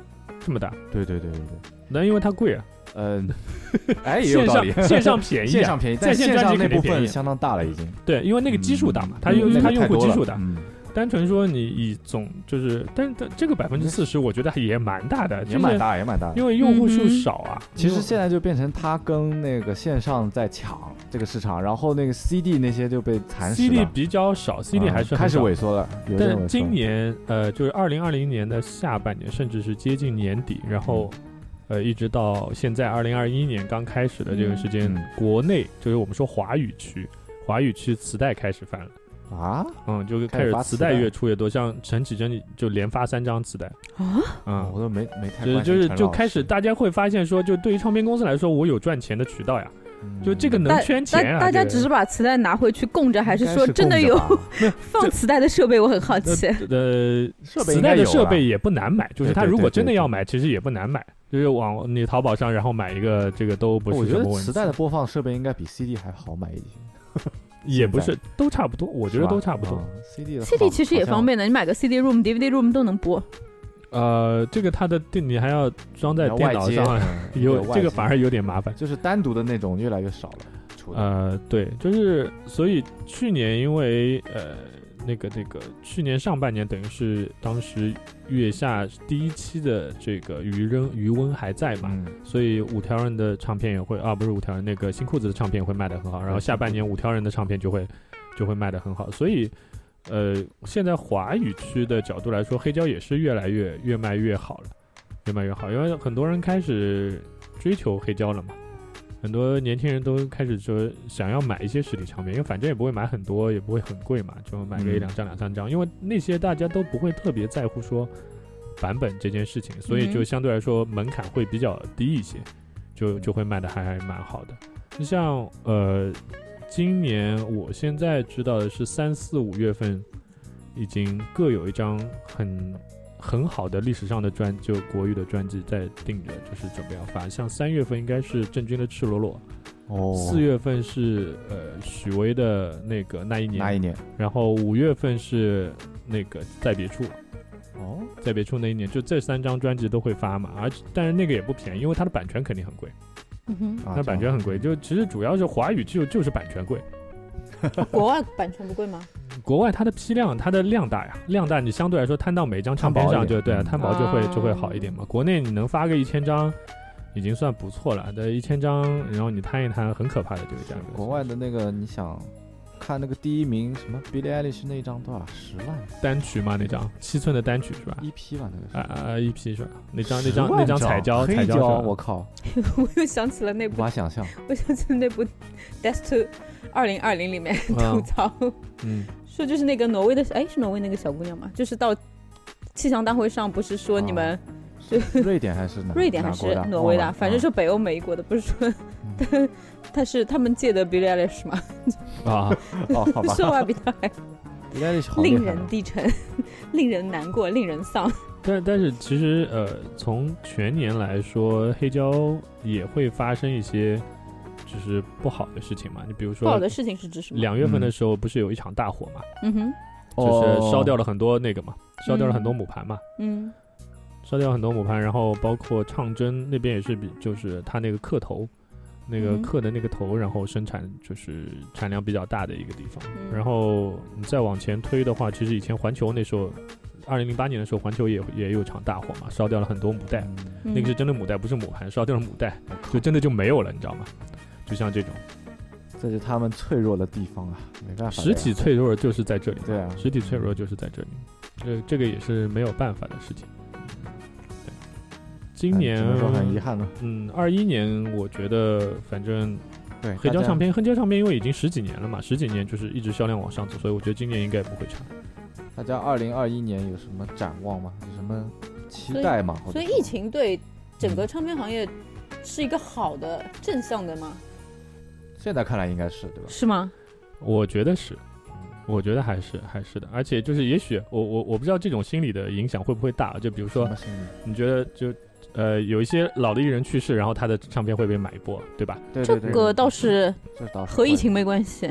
这么大。 对对对对对， 那因为它贵啊。 嗯，哎，也有道理。 线上便宜、啊， 线上便宜， 在线专辑那部分相当大了已经。 对，因为那个基数大嘛，它用它用户基数大。 嗯， 单纯说你以总就是，但是这个百分之四十，我觉得也蛮大的， 也蛮大，也蛮大。 因为用户数少啊。 其实现在就变成它跟那个线上在抢这个市场，然后那个 C D 那些就被蚕食了。 C D 比较少 ，C D 还是开始萎缩了。 但今年呃，就是二零二零年的下半年，甚至是接近年底，然后。呃，一直到现在二零二一年刚开始的这个时间，嗯、国内就是我们说华语区，华语区磁带开始翻了啊， 嗯，就开始磁带越出越多，像陈绮贞就连发三张磁带啊， 嗯，我都没没太就是就是就开始大家会发现说，就对于唱片公司来说，我有赚钱的渠道呀。就这个能圈钱啊！ 大家只是把磁带拿回去供着，还是说真的有放磁带的设备？我很好奇。 呃，磁带的设备也不难买，就是他如果真的要买，其实也不难买，就是往你淘宝上然后买一个，这个都不是什么问题。 我觉得磁带的播放设备应该比 C D 还好买一些。 也不是，都差不多，我觉得都差不多。 C D C D 其实也方便的，你买个 C D room、D V D room 都能播。 呃，这个它的电你还要装在电脑上，有这个反而有点麻烦， 就是单独的那种越来越少了。 呃，对，就是所以去年因为呃那个那个去年上半年等于是当时月下第一期的这个余温余温还在嘛，嗯、所以五条人的唱片也会啊不是五条人那个新裤子的唱片会卖得很好，然后下半年五条人的唱片就会就会卖得很好，所以。呃，现在华语区的角度来说，黑胶也是越来越越卖越好了，越卖越好，因为很多人开始追求黑胶了嘛，很多年轻人都开始说想要买一些实体唱片，因为反正也不会买很多，也不会很贵嘛，就买个一两张、两三张，因为那些大家都不会特别在乎说版本这件事情，所以就相对来说门槛会比较低一些，就就会卖的还还蛮好的。就像呃。今年我现在知道的是三四五月份已经各有一张很很好的历史上的专就国语的专辑在定着，就是准备要发。像三月份应该是郑钧的《赤裸裸》，哦，四月份是呃许巍的那个那一年那一年， 然后五月份是那个在别处。哦，在别处那一年，就这三张专辑都会发嘛，而但是那个也不便宜，因为它的版权肯定很贵。嗯哼，那版权很贵，就其实主要是华语就就是版权贵。 国外版权不贵吗？ 国外它的批量，它的量大呀，量大，你相对来说摊到每张唱片上就对啊，摊薄就会、啊、就会好一点嘛。国内你能发个一千张，已经算不错了。的一千张，然后你摊一摊，很可怕的这个价格。 国外的那个，你想看那个第一名什么 Billie Eilish 那张多少十万单曲吗？那张七寸的单曲是吧 ？E P 吧，那个是啊啊 E P 是吧？那张那张那张彩胶黑胶， 我靠！ 我又想起了那部， 无法想象。 我想起了那部 Death to 二零二零里面吐槽，嗯，说就是那个挪威的，哎，是挪威那个小姑娘嘛？就是到气象大会上，不是说你们。 就瑞典还是哪？ 瑞典还是挪威的，反正是北欧每一国的，不是说他他是他们借的 Billie Eilish 吗？ 啊，哦，好吧， 说话比他还令人低沉，令人难过，令人丧。 但但是其实呃，从全年来说，黑胶也会发生一些就是不好的事情嘛。你比如说， 不好的事情是指什么？ 两月份的时候不是有一场大火嘛？ 嗯哼， 就是烧掉了很多那个嘛，烧掉了很多母盘嘛。 嗯。 烧掉很多母盘，然后包括唱针那边也是比，就是它那个刻头，那个刻的那个头，然后生产就是产量比较大的一个地方。嗯、然后你再往前推的话，其实以前环球那时候，二零零八年的时候，环球也也有场大火嘛，烧掉了很多母带，嗯、那个是真的母带，不是母盘，烧掉了母带，就真的就没有了，你知道吗？就像这种， 这是他们脆弱的地方啊，没办法。 实体脆弱就是在这里， 对啊， 实体脆弱就是在这里，这这个也是没有办法的事情。今年说很遗憾了， 嗯，二一年我觉得反正对黑胶唱片，黑胶唱片因为已经十几年了嘛，十几年就是一直销量往上走，所以我觉得今年应该也不会差。 大家二零二一年有什么展望吗？有什么期待吗？ 所以, 所以疫情对整个唱片行业是一个好的、嗯、正向的吗？ 现在看来应该是，对吧？ 是吗？ 我觉得是。我觉得还是还是的，而且就是也许我我我不知道这种心理的影响会不会大，就比如说你觉得就呃有一些老的艺人去世，然后他的唱片会被买一波，对吧？ 对对对， 这个倒是和疫情没关系。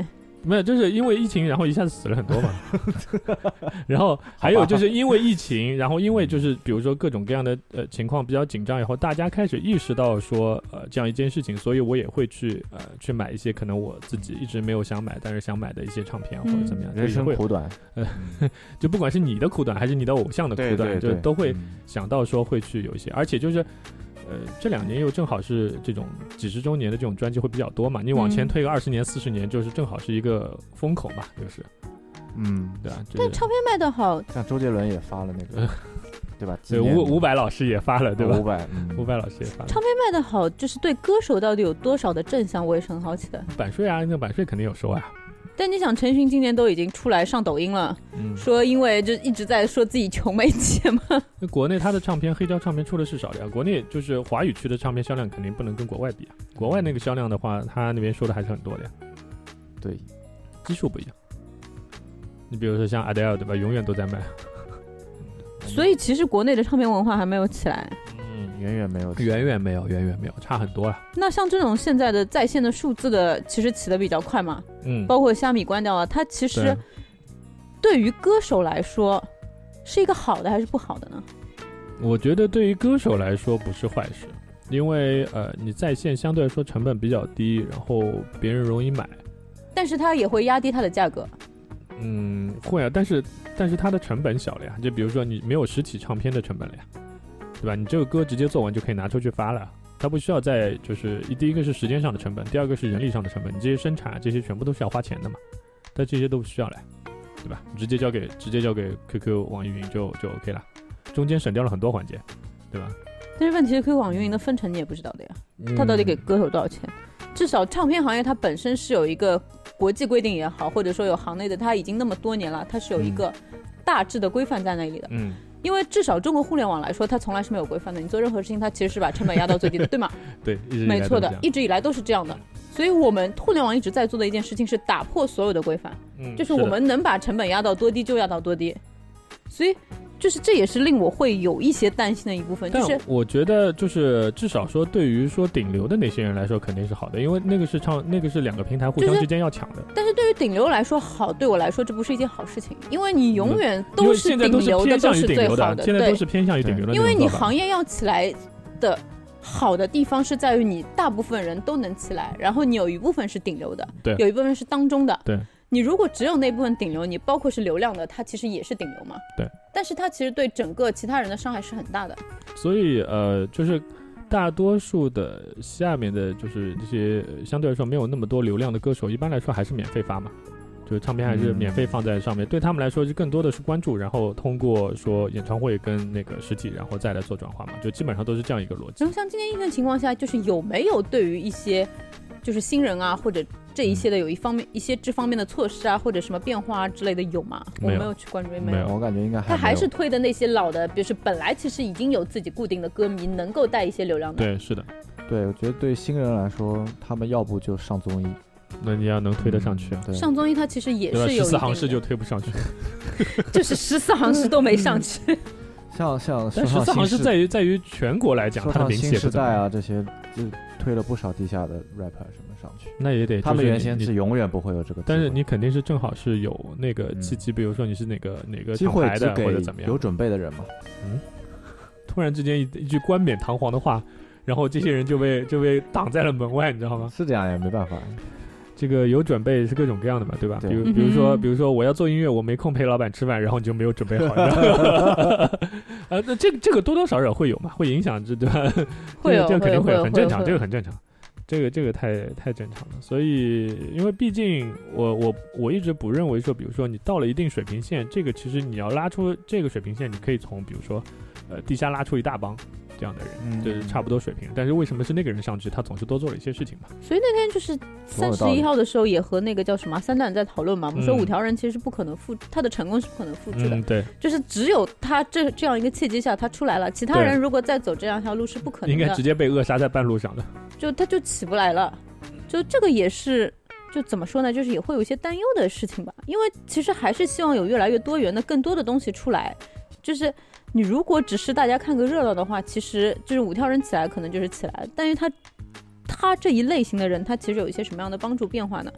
没有，就是因为疫情，然后一下子死了很多嘛。然后还有就是因为疫情，然后因为就是比如说各种各样的呃情况比较紧张以后，大家开始意识到说呃这样一件事情，所以我也会去呃去买一些可能我自己一直没有想买但是想买的一些唱片或者怎么样。 嗯、人生苦短， 呃，就不管是你的苦短还是你的偶像的苦短， 对对对就都会想到说会去有一些，而且就是。呃，这两年又正好是这种几十周年的这种专辑会比较多嘛，你往前推个二十年、四十年，就是正好是一个风口嘛，就是， 嗯， 对吧？ 但唱片卖得好， 像周杰伦也发了那个，对吧？ 对，伍伍佰老师也发了，对吧？ 伍佰， 伍佰老师也发了。 唱片卖得好，就是对歌手到底有多少的正向，我也是很好奇的。 版税啊，那个版税肯定有收啊。 但你想，陈勋今年都已经出来上抖音了，嗯、说因为就一直在说自己穷没钱嘛。 国内他的唱片黑胶唱片出的是少的呀，国内就是华语区的唱片销量肯定不能跟国外比啊。国外那个销量的话，他那边收的还是很多的呀。 对， 基数不一样。你比如说像 Adele 对吧，永远都在卖。 所以其实国内的唱片文化还没有起来。 远远没有， 远远没有，远远没有，差很多了。 那像这种现在的在线的数字的，其实起得比较快嘛，嗯，包括虾米关掉了，它其实对于歌手来说是一个好的还是不好的呢？ 我觉得对于歌手来说不是坏事，因为呃，你在线相对来说成本比较低，然后别人容易买， 但是它也会压低它的价格。 嗯，会啊，但是但是它的成本小了呀，就比如说你没有实体唱片的成本了呀。对吧？你这个歌直接做完就可以拿出去发了，它不需要再就是第一个是时间上的成本，第二个是人力上的成本，你这些生产这些全部都是要花钱的嘛，但这些都不需要了，对吧？直接交给直接交给 Q Q 网易云就就 OK 了，中间省掉了很多环节，对吧？ 但是问题是 Q Q 网易云的分成你也不知道的呀，它到底给歌手多少钱？嗯、至少唱片行业它本身是有一个国际规定也好，或者说有行内的，它已经那么多年了，它是有一个大致的规范在那里的。嗯。因为至少中国互联网来说，它从来是没有规范的。你做任何事情，它其实是把成本压到最低的，对吗？ 对， 没错的，一直以来都是这样的。所以我们互联网一直在做的一件事情是打破所有的规范，嗯、就是我们能把成本压到多低就压到多低。所以，就是这也是令我会有一些担心的一部分。就是我觉得，就是至少说，对于说顶流的那些人来说，肯定是好的，因为那个是唱，那个是两个平台互相之间要抢的。 就是、但是对于顶流来说，好，对我来说这不是一件好事情，因为你永远都是顶流的，都是最好的， 现在都是偏向于顶流的。 因为你行业要起来的好的地方是在于你大部分人都能起来，然后你有一部分是顶流的， 对， 有一部分是当中的， 对。 你如果只有那部分顶流，你包括是流量的，它其实也是顶流嘛。 对。 但是它其实对整个其他人的伤害是很大的。 所以呃，就是大多数的下面的就是这些相对来说没有那么多流量的歌手，一般来说还是免费发嘛，就是唱片还是免费放在上面，嗯、对他们来说就更多的是关注，然后通过说演唱会跟那个实体，然后再来做转化嘛，就基本上都是这样一个逻辑。 然后像今年疫情的情况下，就是有没有对于一些就是新人啊或者这一些的有一方面、嗯、一些这方面的措施啊或者什么变化啊之类的有吗？我没有去关注，没有， 没有，我感觉应该还没有。 他还是推的那些老的，比如说本来其实已经有自己固定的歌迷，能够带一些流量的。 对，是的。 对，我觉得对新人来说，他们要不就上综艺， 那你要能推得上去啊。 嗯、 上综艺它其实也是有十四行诗就推不上去， 就是十四行诗都没上去。 像像但十四行诗在于在于全国来讲，它的名气也不新时代啊这些就推了不少地下的 rapper 什么上去。 那也得、就是、 他们原先是永远不会有这个机会， 但是你肯定是正好是有那个契机、嗯、比如说你是哪个哪个厂牌的或者怎么样， 有准备的人嘛。 嗯，突然之间一一句冠冕堂皇的话，然后这些人就被就被挡在了门外，你知道吗？ 是这样也没办法。 这个有准备是各种各样的嘛，对吧？对，比如比如说比如说我要做音乐，我没空陪老板吃饭，然后你就没有准备好。呃，那这个这个多多少少会有嘛，会影响这对吧？ 会有， 这个肯定会有， 很正常，这个很正常。这个这个太太正常了，所以因为毕竟我我我一直不认为说，比如说你到了一定水平线，这个其实你要拉出这个水平线，你可以从比如说呃地下拉出一大帮这样的人，嗯、就是差不多水平。但是为什么是那个人上去，他总是多做了一些事情嘛？ 所以那天就是三十一号的时候，也和那个叫什么三蛋在讨论嘛。我们说五条人其实是不可能复、嗯、他的成功是不可能复制的， 嗯、对， 就是只有他这这样一个契机下他出来了，其他人如果再走这样一条路是不可能的， 应该直接被扼杀在半路上的， 就他就起不来了。就这个也是。就怎么说呢，就是也会有一些担忧的事情吧，因为其实还是希望有越来越多元的更多的东西出来。就是你如果只是大家看个热闹的话，其实就是五条人起来可能就是起来，但是他他这一类型的人，他其实有一些什么样的帮助变化呢？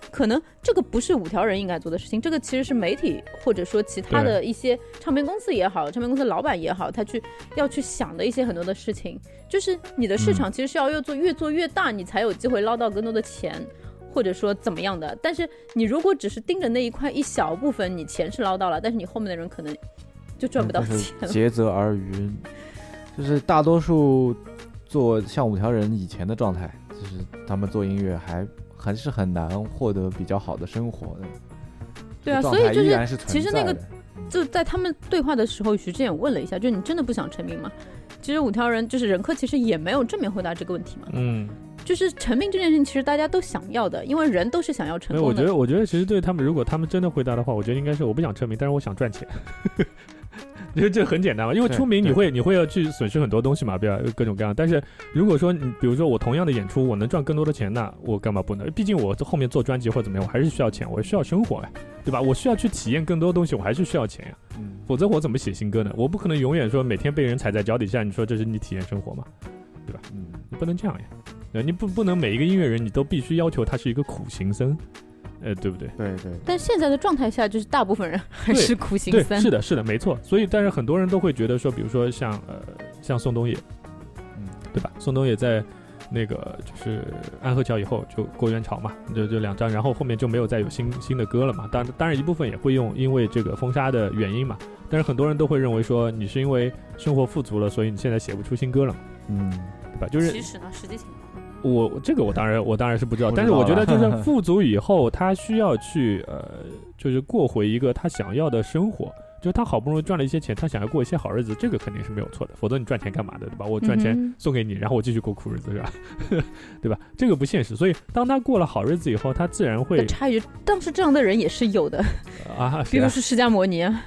可能这个不是五条人应该做的事情，这个其实是媒体或者说其他的一些唱片公司也好，唱片公司老板也好，他去要去想的一些很多的事情，就是你的市场其实是要越做越做越大，你才有机会捞到更多的钱，或者说怎么样的。但是你如果只是盯着那一块一小部分，你钱是捞到了，但是你后面的人可能就赚不到钱了。 竭泽而渔，就是大多数做像五条人以前的状态，就是他们做音乐还还是很难获得比较好的生活的。 对啊，所以就是其实那个就在他们对话的时候，徐志远问了一下，就是你真的不想成名吗？其实五条人就是任科，其实也没有正面回答这个问题嘛。嗯。就是成名这件事情，其实大家都想要的，因为人都是想要成功的。 我觉得，我觉得其实对他们，如果他们真的回答的话，我觉得应该是我不想成名，但是我想赚钱。这这很简单嘛，因为出名你会你会要去损失很多东西嘛，对吧？各种各样。但是如果说你比如说我同样的演出，我能赚更多的钱，那我干嘛不能？毕竟我后面做专辑或者怎么样，我还是需要钱，我需要生活呀，对吧？我需要去体验更多东西，我还是需要钱呀。嗯。否则我怎么写新歌呢？我不可能永远说每天被人踩在脚底下，你说这是你体验生活吗？对吧？嗯。你不能这样呀。你不不能每一个音乐人你都必须要求他是一个苦行僧，呃，对不对？ 对对。 但现在的状态下，就是大部分人还是苦行僧。 对，是的，是的，没错。所以，但是很多人都会觉得说，比如说像呃像宋冬野，嗯，对吧？宋冬野在那个就是安河桥以后就郭元潮嘛，就就两张，然后后面就没有再有新新的歌了嘛。当然，当然一部分也会用因为这个封杀的原因嘛。但是很多人都会认为说，你是因为生活富足了，所以你现在写不出新歌了，嗯，对吧？就是其实呢，实际情况。 我这个我当然我当然是不知道，但是我觉得就是富足以后，他需要去呃，就是过回一个他想要的生活。就他好不容易赚了一些钱，他想要过一些好日子，这个肯定是没有错的。否则你赚钱干嘛的，对吧？我赚钱送给你，然后我继续过苦日子，是吧？对吧？这个不现实。所以当他过了好日子以后，他自然会。 插一句，当时这样的人也是有的啊，比如是释迦摩尼啊，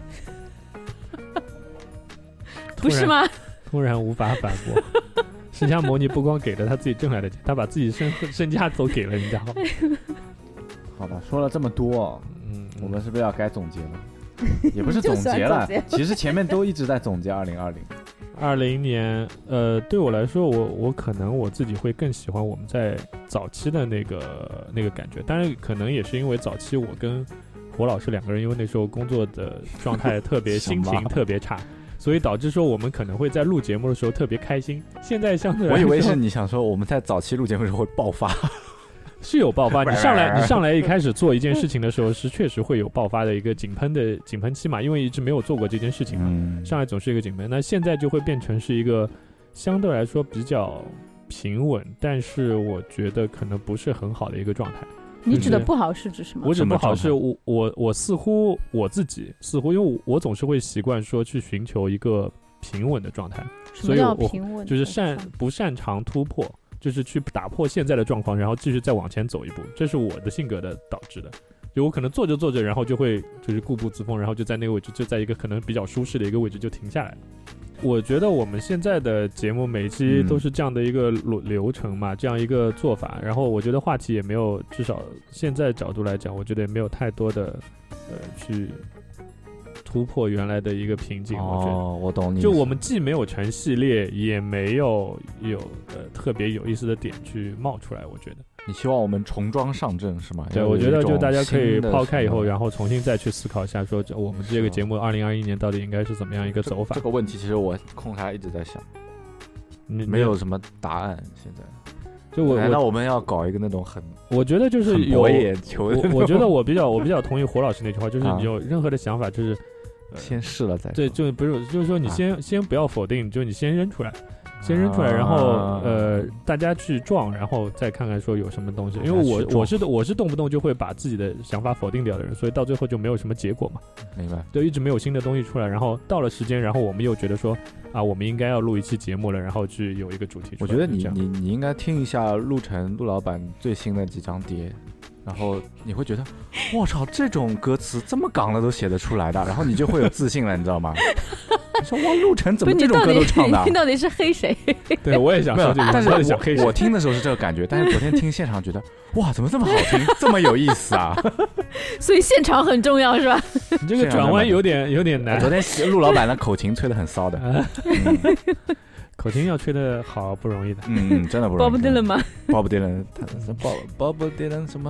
不是吗？ 突然无法反驳。释迦摩尼不光给了他自己挣来的钱，他把自己身身家都给了人家。 好吧，说了这么多，嗯，我们是不是要该总结了？也不是总结了，其实前面都一直在总结二零二零。 二零年，呃，对我来说，我我可能我自己会更喜欢我们在早期的那个那个感觉，当然可能也是因为早期我跟胡老师两个人，因为那时候工作的状态特别，心情特别差。所以导致说我们可能会在录节目的时候特别开心。现在相对来说， 我以为是你想说我们在早期录节目的时候会爆发， 是有爆发。你上来你上来一开始做一件事情的时候，是确实会有爆发的一个井喷的井喷期嘛，因为一直没有做过这件事情嘛，嗯、上来总是一个井喷。那现在就会变成是一个相对来说比较平稳，但是我觉得可能不是很好的一个状态。 你指的不好是指什么？ 我指不好是我我我似乎我自己似乎因为我总是会习惯说去寻求一个平稳的状态， 所以我就是擅不擅长突破，就是去打破现在的状况，然后继续再往前走一步，这是我的性格的导致的。就我可能做着做着，然后就会就是固步自封，然后就在那个位置，就在一个可能比较舒适的一个位置就停下来了。我觉得我们现在的节目每期都是这样的一个流程嘛、嗯、这样一个做法，然后我觉得话题也没有，至少现在角度来讲，我觉得也没有太多的呃去突破原来的一个瓶颈。 哦， 我觉得我懂你。 就我们既没有成系列，也没有有呃特别有意思的点去冒出来，我觉得。 你希望我们重装上阵是吗？ 对，我觉得就大家可以抛开以后，然后重新再去思考一下，说我们这个节目二零二一年到底应该是怎么样一个走法。 这, 这个问题其实我空下来一直在想，没有什么答案。现在就我难道我们要搞一个那种很？ 我觉得就是有野球的我。我觉得我比较我比较同意胡老师那句话，就是你有任何的想法，就是、 呃、先试了再说。 对，就不是就是说你先、啊、先不要否定，就你先扔出来。先扔出来，然后、啊、呃，大家去撞，然后再看看说有什么东西。因为我我是我是动不动就会把自己的想法否定掉的人，所以到最后就没有什么结果嘛。 明白？ 就一直没有新的东西出来，然后到了时间，然后我们又觉得说啊，我们应该要录一期节目了，然后去有一个主题出来。 我觉得你你你应该听一下陆晨陆老板最新的几张碟。然后你会觉得，我操，这种歌词这么港的都写得出来的，然后你就会有自信了，你知道吗？你说哇，陆晨怎么这种歌都唱的、啊？ 你到底是黑谁？ 对，我也想说这个， 但是我, 我听的时候是这个感觉，但是昨天听现场觉得，哇，怎么这么好听，这么有意思啊？ 所以现场很重要是吧？ 你这个转弯有点有点难。 昨天陆老板的口琴吹得很骚的。嗯口琴要吹得好不容易的， 嗯，真的不容易。 Bob Dylan 吗 ？Bob Dylan， 他是 Bob Bob Dylan 什么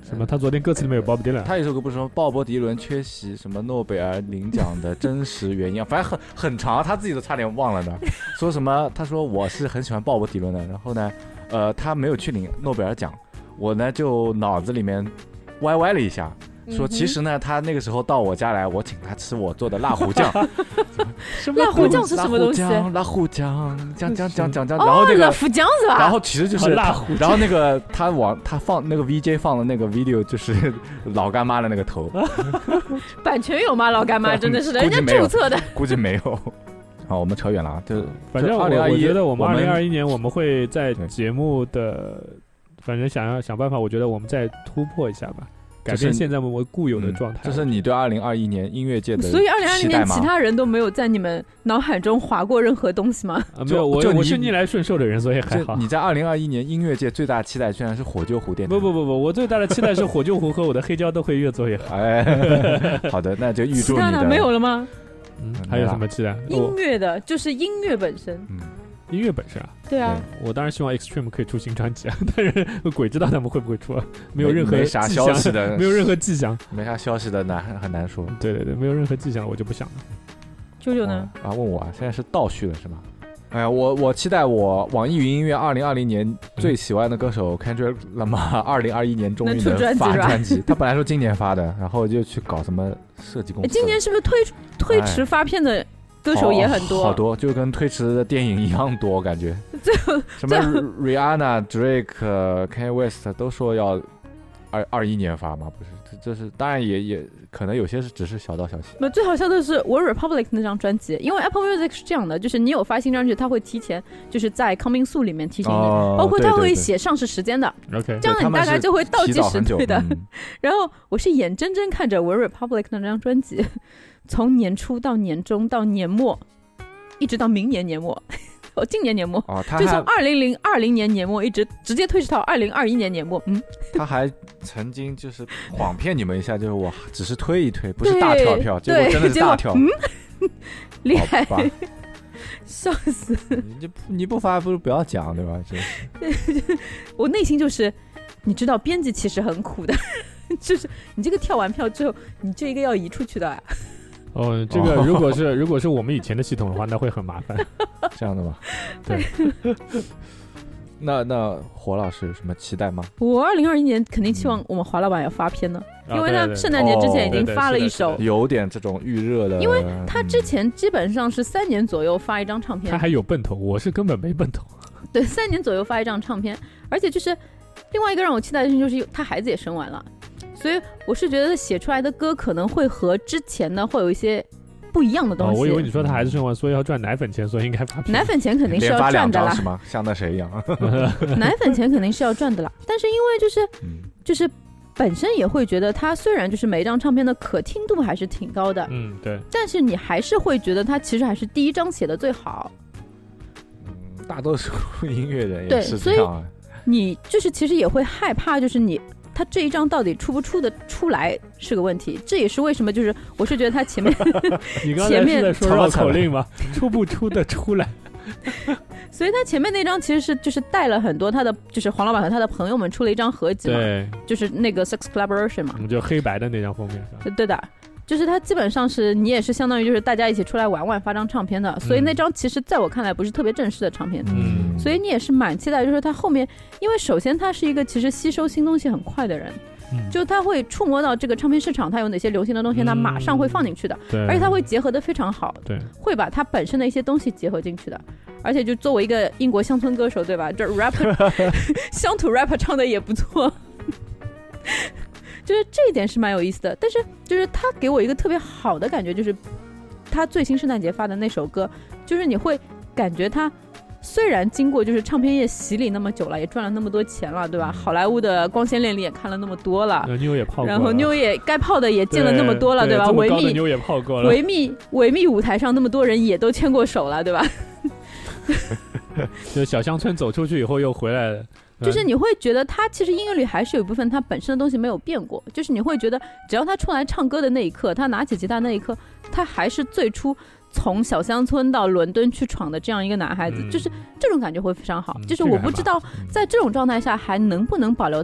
什么？他昨天歌词里面有鲍勃迪伦， 他有首歌不是说鲍勃迪伦缺席什么诺贝尔领奖的真实原因，反正很很长，他自己都差点忘了呢。说什么？他说我是很喜欢鲍勃迪伦的，然后呢，呃，他没有去领诺贝尔奖，我呢就脑子里面歪歪了一下。说其实呢，他那个时候到我家来，我请他吃我做的辣胡酱。 辣胡酱是什么东西？ 辣胡酱，酱酱酱酱酱，然后那个辣胡酱是吧？ 然后其实就是辣胡，然后那个他往他放那个 V J 放的那个 video 就是老干妈的那个头。 版权有吗？老干妈真的是的，人家注册的， 估计没有。好，我们扯远了啊，就反正我我觉得我们二零二一年我们会在节目的，反正想要想办法，我觉得我们再突破一下吧。改变现在我们固有的状态、 嗯，这是你对二零二一年音乐界的期待吗？ 所以二零二零年其他人都没有在你们脑海中划过任何东西吗？ 啊、没有，我我是逆来顺受的人，所以还好。 你在二零二一年音乐界最大的期待居然是火救湖电台？ 不不不不，我最大的期待是火救湖和我的黑胶都会越做越好。 哎，好的，那就预祝你的。其他的没有了吗？ 嗯，还有什么期待？ 音乐的，就是音乐本身。 嗯。音乐本身啊， 对啊， 我当然希望 Extreme 可以出新专辑啊，但是鬼知道他们会不会出啊，没有任何没啥消息的， 没有任何迹象， 没啥消息的难很难说。 对对对，没有任何迹象，我就不想了。 舅舅呢？ 啊，问我啊，现在是倒叙了是吗？哎呀，我我期待我网易云音乐二零二零年最喜欢的歌手 Kendrick Lamar 二零二一年终于能发专辑，他本来说今年发的，然后就去搞什么设计公司。 今年是不是推推迟发片的？歌手也很多、 哦，好多，就跟推迟的电影一样多，感觉。最后什么 Rihanna、Drake、Kanye West 都说要二二一年发嘛，不是？这是当然也也可能有些是只是小道消息。 那最好笑的是 OneRepublic 那张专辑，因为 Apple Music 是这样的，就是你有发新专辑，它会提前就是在 Coming Soon 里面提前、哦，包括它会写上市时间的。 OK， 这样你大概就会倒计时对的、 嗯。 然后我是眼睁睁看着 OneRepublic 那张专辑。从年初到年中到年末，一直到明年年末，哦，今年年末， 哦、 就从二零零二零年年末一直直接推迟到二零二一年年末。嗯， 他还曾经就是谎骗你们一下，就是我只是推一推，不是大跳票，结果真的是大跳， 嗯，厉害，笑死！ 你不你不发不如不要讲，对吧？ 我内心就是，你知道，编辑其实很苦的。就是你这个跳完票之后，你这一个要移出去的、啊。 哦，这个如果是、哦、如果是我们以前的系统的话，那会很麻烦。 这样的吗？对。那那火老师有什么期待吗？ 我二零二一年肯定期望我们华老板要发片呢、嗯，因为他圣诞节之前已经发了一首， 哦、有点这种预热的。 因为他之前基本上是三年左右发一张唱片， 他还有奔头，我是根本没奔头。 对，三年左右发一张唱片，而且就是另外一个让我期待的事情就是他孩子也生完了。所以我是觉得写出来的歌可能会和之前的会有一些不一样的东西。 哦、我以为你说他孩子生完，所以要赚奶粉钱，所以应该发片。 奶粉钱肯定是要赚的啦， 是吗？像那谁一样？ 奶粉钱肯定是要赚的啦。但是因为就是、嗯、就是本身也会觉得他虽然就是每一张唱片的可听度还是挺高的， 嗯，对。 但是你还是会觉得他其实还是第一张写的最好。 嗯，大多数音乐人也是这样、啊。 对，所以你就是其实也会害怕，就是你。他这一张到底出不出的出来是个问题，这也是为什么就是我是觉得他前面你刚才是在说绕口令吗？出不出的出来所以他前面那张其实是就是带了很多他的就是黄老板和他的朋友们出了一张合集嘛， 对， 就是那个 Sex Collaboration 嘛， 就黑白的那张封面是吧？ 对的，就是他基本上是你也是相当于就是大家一起出来玩玩发张唱片的，所以那张其实在我看来不是特别正式的唱片，嗯，所以你也是蛮期待，就是他后面，因为首先他是一个其实吸收新东西很快的人，嗯、就他会触摸到这个唱片市场，他有哪些流行的东西，他马上会放进去的， 嗯、 而且他会结合得非常好， 对， 会把他本身的一些东西结合进去的，而且就作为一个英国乡村歌手，对吧？这 rap 乡土 rap 唱的也不错。就是这一点是蛮有意思的，但是就是他给我一个特别好的感觉，就是他最新圣诞节发的那首歌，就是你会感觉他虽然经过就是唱片业洗礼那么久了，也赚了那么多钱了，对吧？好莱坞的光鲜亮丽也看了那么多了， 妞也泡过了， 然后妞也该泡的也见了那么多了， 对, 对吧？维密妞也泡过了， 维密维密舞台上那么多人也都牵过手了，对吧？ 就小乡村走出去以后又回来了。 就是你会觉得他其实音乐里还是有一部分他本身的东西没有变过，就是你会觉得只要他出来唱歌的那一刻，他拿起吉他那一刻，他还是最初从小乡村到伦敦去闯的这样一个男孩子，嗯、就是这种感觉会非常好、嗯、就是我不知道在这种状态下还能不能保留他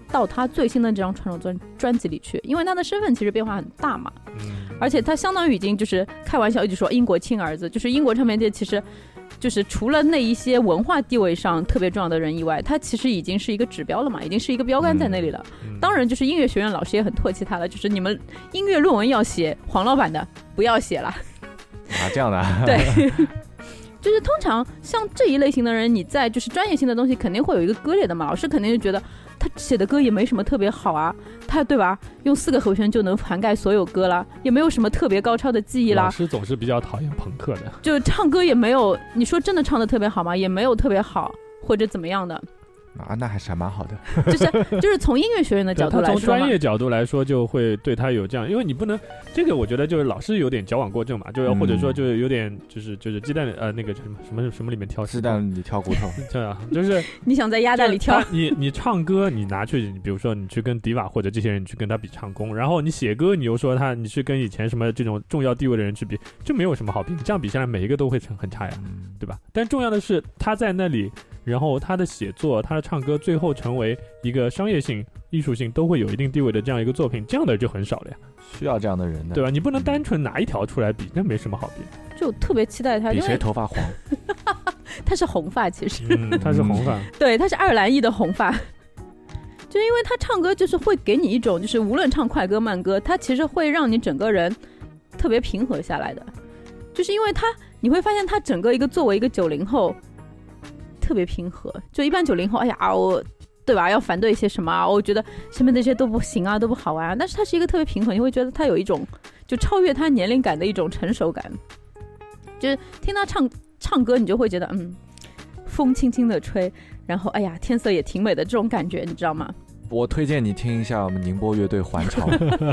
到他最新的这张传统专专辑里去，因为他的身份其实变化很大嘛，嗯，而且他相当于已经就是开玩笑一直说英国亲儿子，就是英国唱片界其实就是除了那一些文化地位上特别重要的人以外，他其实已经是一个指标了嘛，已经是一个标杆在那里了。嗯、当然，就是音乐学院老师也很唾弃他了，就是你们音乐论文要写黄老板的，不要写了。 啊，这样的、啊。 对。就是通常像这一类型的人，你在就是专业性的东西肯定会有一个割裂的嘛，老师肯定就觉得他写的歌也没什么特别好啊，他对吧？用四个和弦就能涵盖所有歌啦，也没有什么特别高超的技艺啦。 老师总是比较讨厌朋克的， 就唱歌也没有，你说真的唱的特别好吗？也没有特别好，或者怎么样的。 啊，那还是还蛮好的。 就是就是从音乐学院的角度来说， 从专业角度来说，就会对他有这样，因为你不能这个，我觉得就是老师有点矫枉过正嘛，就嗯、 或者说就是有点就是就是鸡蛋呃那个什么什么什么里面挑鸡蛋里挑骨头， 对啊，就是你想在鸭蛋里挑， 你你唱歌你拿去，你比如说你去跟迪瓦或者这些人你去跟他比唱功，然后你写歌你又说他你去跟以前什么这种重要地位的人去比，就没有什么好比，这样比下来每一个都会很差呀， 嗯、 对吧？但重要的是他在那里。然后他的写作他的唱歌最后成为一个商业性艺术性都会有一定地位的这样一个作品，这样的就很少了呀， 需要这样的人的， 对吧？你不能单纯拿一条出来比，那没什么好比。 就特别期待他比谁头发黄。 他是红发其实、 嗯、他是红发对，他是爱尔兰裔的红发。就因为他唱歌就是会给你一种就是无论唱快歌慢歌他其实会让你整个人特别平和下来的，就是因为他你会发现他整个一个作为一个九零后特别平和，就一般九零后，哎呀，我对吧？要反对一些什么啊？我觉得身边这些都不行啊，都不好玩啊。但是他是一个特别平和，你会觉得他有一种就超越他年龄感的一种成熟感。就是听他唱唱歌，你就会觉得，嗯，风轻轻的吹，然后哎呀，天色也挺美的这种感觉，你知道吗？ 我推荐你听一下我们宁波乐队还潮。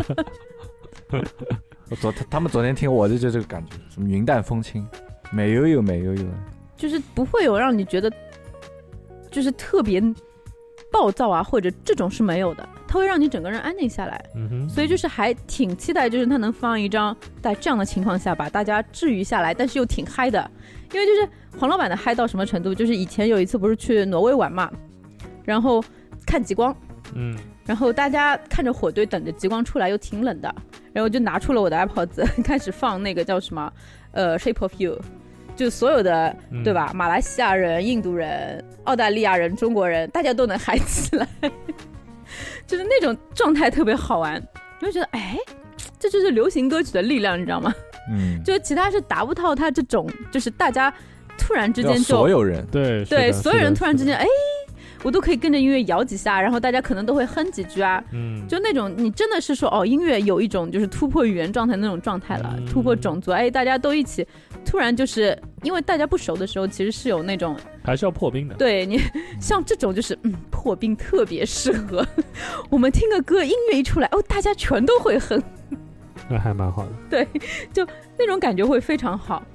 我昨他们昨天听我的就这个感觉，什么云淡风轻，美悠悠美悠悠。 就是不会有让你觉得就是特别暴躁啊，或者这种是没有的，它会让你整个人安静下来、嗯、所以就是还挺期待就是它能放一张在这样的情况下把大家治愈下来，但是又挺嗨的。因为就是黄老板的嗨到什么程度，就是以前有一次不是去挪威玩嘛，然后看极光，嗯，然后大家看着火堆等着极光出来又挺冷的，然后就拿出了我的 AirPods 开始放那个叫什么呃 Shape of You，就所有的对吧、嗯、马来西亚人、印度人、澳大利亚人、中国人，大家都能嗨起来。就是那种状态特别好玩，你会觉得哎，这就是流行歌曲的力量，你知道吗？嗯，就是其他是达不到他这种，就是大家突然之间就所有人对对所有人突然之间哎，我都可以跟着音乐摇几下，然后大家可能都会哼几句啊，嗯，就那种你真的是说哦，音乐有一种就是突破语言状态那种状态了、嗯、突破种族，哎，大家都一起突然就是因为大家不熟的时候其实是有那种还是要破冰的， 对，你像这种就是嗯破冰特别适合我们听个歌音乐一出来哦大家全都会哼， 那还蛮好的， 对，就那种感觉会非常好。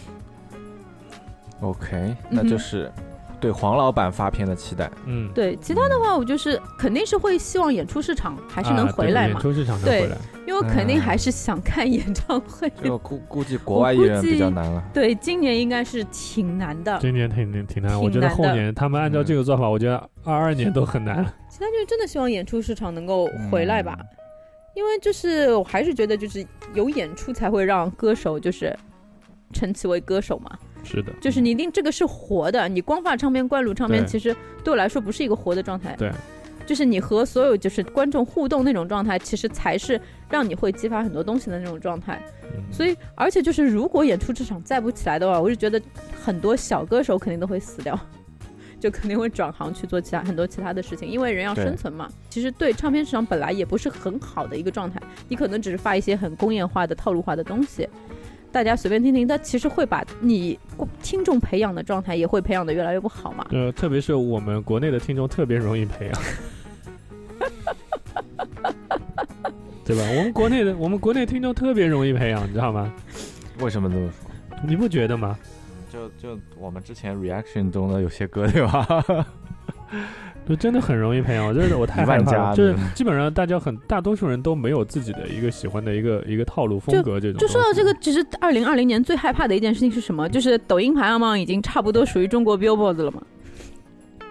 OK， 那就是对黄老板发片的期待。 嗯，对，其他的话我就是肯定是会希望演出市场还是能回来嘛、啊、 演出市场能回来， 对，因为我肯定还是想看演唱会、 嗯、就估估计国外艺人比较难了， 对，今年应该是挺难的， 今年挺挺难，我觉得后年他们按照这个做法、嗯、我觉得二二年都很难。 其他就是真的希望演出市场能够回来吧、嗯、因为就是我还是觉得就是有演出才会让歌手就是称其为歌手嘛， 是的， 就是你一定这个是活的，你光发唱片灌录唱片其实对我来说不是一个活的状态， 对， 就是你和所有就是观众互动那种状态其实才是让你会激发很多东西的那种状态、嗯、所以而且就是如果演出市场再不起来的话，我就觉得很多小歌手肯定都会死掉，就肯定会转行去做其他很多其他的事情，因为人要生存嘛。其实对唱片市场本来也不是很好的一个状态，你可能只是发一些很工业化的套路化的东西，大家随便听听，但其实会把你听众培养的状态也会培养的越来越不好嘛。 呃，特别是我们国内的听众特别容易培养，对吧？我们国内的我们国内听众特别容易培养，你知道吗？ 为什么这么说？ 你不觉得吗？ 就就我们之前 reaction 中的有些歌，对吧？ 就真的很容易培养，我真的我太害怕了。就是基本上大家很大多数人都没有自己的一个喜欢的一个一个套路风格这种。 就说到这个，其实二零二零年最害怕的一件事情是什么？就是抖音排行榜已经差不多属于中国 Billboard 了嘛。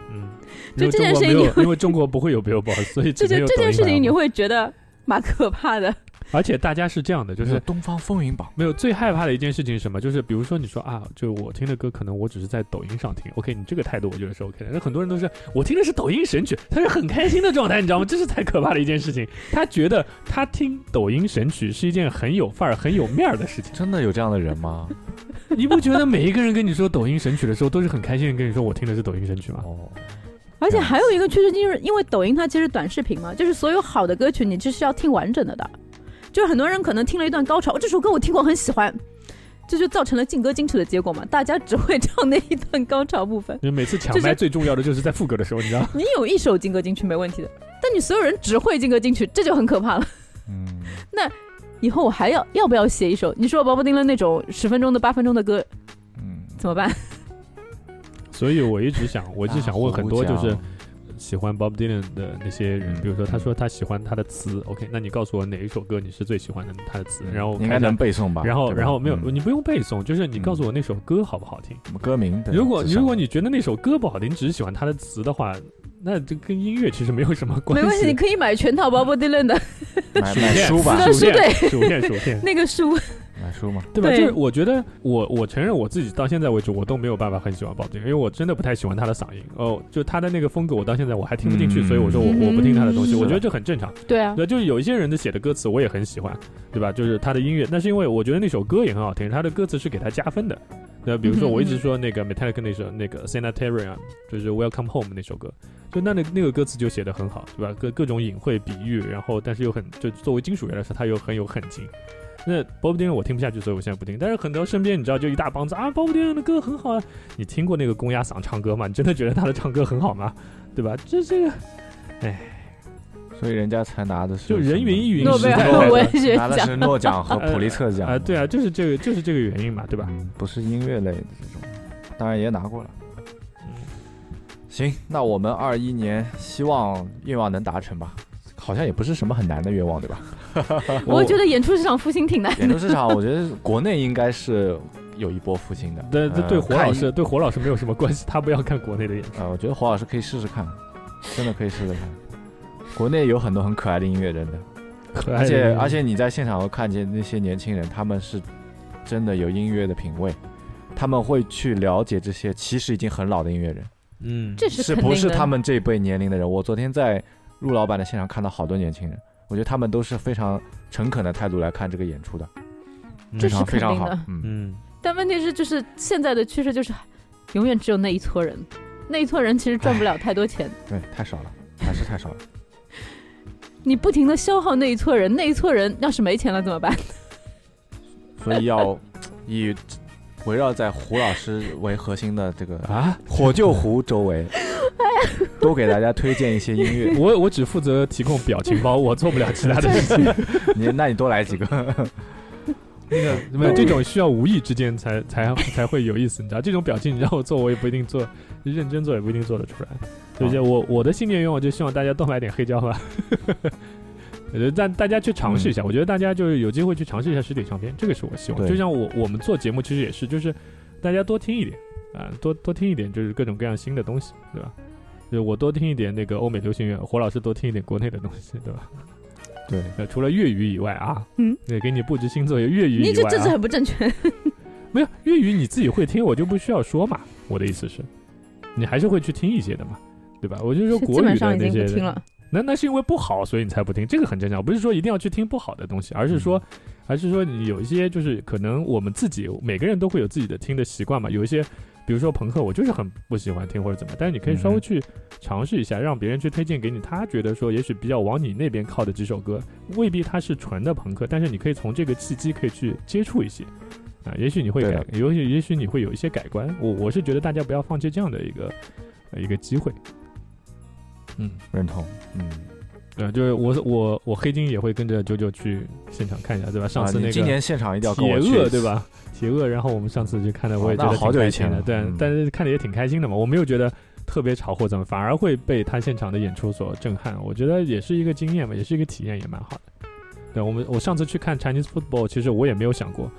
嗯， 就这件事情你， 因为中国不会有 Billboard， 所以这件这件事情你会觉得蛮可怕的。 而且大家是这样的，就是东方风云榜没有最害怕的一件事情是什么？就是比如说你说啊，就我听的歌，可能我只是在抖音上听 ，OK， 你这个态度我觉得是 OK 的。那很多人都是我听的是抖音神曲，他是很开心的状态，你知道吗？这是太可怕的一件事情。他觉得他听抖音神曲是一件很有范儿、很有面儿的事情。 真的有这样的人吗？ 你不觉得每一个人跟你说抖音神曲的时候，都是很开心的跟你说我听的是抖音神曲吗？哦。 而且还有一个趋势，就是因为抖音它其实短视频嘛，就是所有好的歌曲你其实要听完整的的。就是很多人可能听了一段高潮，哦，这首歌我听过很喜欢，这就造成了劲歌金曲的结果嘛，大家只会唱那一段高潮部分。 因为每次抢麦最重要的就是在副歌的时候，你知道， 你有一首劲歌金曲没问题的，但你所有人只会劲歌金曲，这就很可怕了。嗯，那以后我还要要不要写一首？你说鲍勃迪伦那种十分钟的、八分钟的歌，嗯，怎么办？ 所以我一直想，我一直想问很多就是。喜欢 Bob Dylan 的那些人，比如说他说他喜欢他的词 ，OK， 那你告诉我哪一首歌你是最喜欢的他的词，然后应该能背诵吧？ 然后然后没有，你不用背诵，就是你告诉我那首歌好不好听， 歌名。 如果如果你觉得那首歌不好听，你只是喜欢他的词的话，那这跟音乐其实没有什么关系。 没关系，你可以买全套 Bob Dylan 的买买书吧， 书对， 薯片薯片那个书。 买书嘛， 对吧？对，就是我觉得我我承认我自己到现在为止我都没有办法很喜欢鲍勃迪伦，因为我真的不太喜欢他的嗓音哦，就他的那个风格我到现在我还听不进去，嗯、所以我说我我不听他的东西，嗯、我觉得这很正常。 对啊， 对，就是有一些人的写的歌词我也很喜欢，对吧？就是他的音乐，那是因为我觉得那首歌也很好听，他的歌词是给他加分的。那比如说我一直说那个 Metallica 那首那个 Sanitarium 就是 Welcome Home 那首歌，就那那那个歌词就写得很好，对吧？各各种隐晦比喻，然后但是又很就作为金属乐来说，它又很有狠劲。那鲍勃迪伦我听不下去，所以我现在不听。但是很多身边你知道，就一大帮子啊，鲍勃迪伦的歌很好啊。你听过那个公鸭嗓唱歌吗？你真的觉得他的唱歌很好吗？对吧？这这个，哎， 所以人家才拿的是就人云亦云， 诺贝尔文学奖，拿的是诺奖和普利策奖啊、呃呃。对啊，就是这个，就是这个原因嘛，对吧？ 嗯、不是音乐类的这种，当然也拿过了。嗯，行，那我们二一年希望愿望能达成吧。好像也不是什么很难的愿望，对吧？ 我觉得演出市场复兴挺难的。 演出市场，我觉得国内应该是有一波复兴的。 对，这对火老师，对火老师没有什么关系，他不要看国内的演出。 啊、呃，我觉得火老师可以试试看，真的可以试试看。国内有很多很可爱的音乐人的， 可爱的而且而且你在现场会看见那些年轻人，他们是真的有音乐的品味，他们会去了解这些其实已经很老的音乐人。 嗯，这是是不是他们这一辈年龄的人？我昨天在陆老板的现场看到好多年轻人，我觉得他们都是非常诚恳的态度来看这个演出的， 这是非常好。 嗯嗯。 但问题是，就是现在的趋势就是永远只有那一撮人，那一撮人其实赚不了太多钱。 对，太少了，还是太少了。 你不停的消耗那一撮人，那一撮人要是没钱了怎么办？ 所以要以围绕在胡老师为核心的这个啊火救湖周围。多给大家推荐一些音乐， 我我只负责提供表情包，我做不了其他的事情。 你那你多来几个。 那个没有这种需要无意之间才才才会有意思，你知道？这种表情你让我做，我也不一定做，认真做也不一定做得出来。所以我我的新年愿望就希望大家多买点黑胶吧。我觉得大大家去尝试一下、嗯，我觉得大家就是有机会去尝试一下实体唱片，这个是我希望。就像我我们做节目其实也是，就是大家多听一点。啊，多多听一点，就是各种各样新的东西，对吧？就是我多听一点那个欧美流行乐，火老师多听一点国内的东西，对吧？ 对， 呃，除了粤语以外啊，嗯，对，给你布置星座有粤语以外、啊， 你这这这很不正确。 没有粤语你自己会听，我就不需要说嘛。我的意思是，你还是会去听一些的嘛，对吧？我就说国语的那些， 听了那那是因为不好，所以你才不听，这个很正常。不是说一定要去听不好的东西，而是说。嗯而是说你有一些就是可能我们自己每个人都会有自己的听的习惯嘛，有一些比如说朋克我就是很不喜欢听或者怎么样，但是你可以稍微去尝试一下，让别人去推荐给你他觉得说也许比较往你那边靠的几首歌，未必他是纯的朋克，但是你可以从这个契机可以去接触一些啊，也许你会改也许也许你会有一些改观，我我是觉得大家不要放弃这样的一个、呃、一个机会。 嗯，认同。嗯对，就是我我我黑金也会跟着九九去现场看一下，对吧？上次那个今年现场一定要跟我去铁鳄，对吧？铁鳄，然后我们上次去看的，我也觉得挺开心的，对、嗯，但是看的也挺开心的嘛。我没有觉得特别吵或怎么，反而会被他现场的演出所震撼。我觉得也是一个经验嘛，也是一个体验，也蛮好的。对，我们我上次去看 Chinese Football， 其实我也没有想过，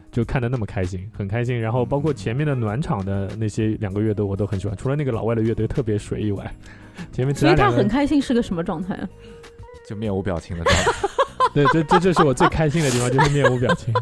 就看得那么开心，很开心。然后包括前面的暖场的那些两个乐队我都很喜欢，除了那个老外的乐队特别水以外，前面其他所以他很开心是个什么状态啊？ 就面无表情的状态。 对，这这就是我最开心的地方，就是面无表情。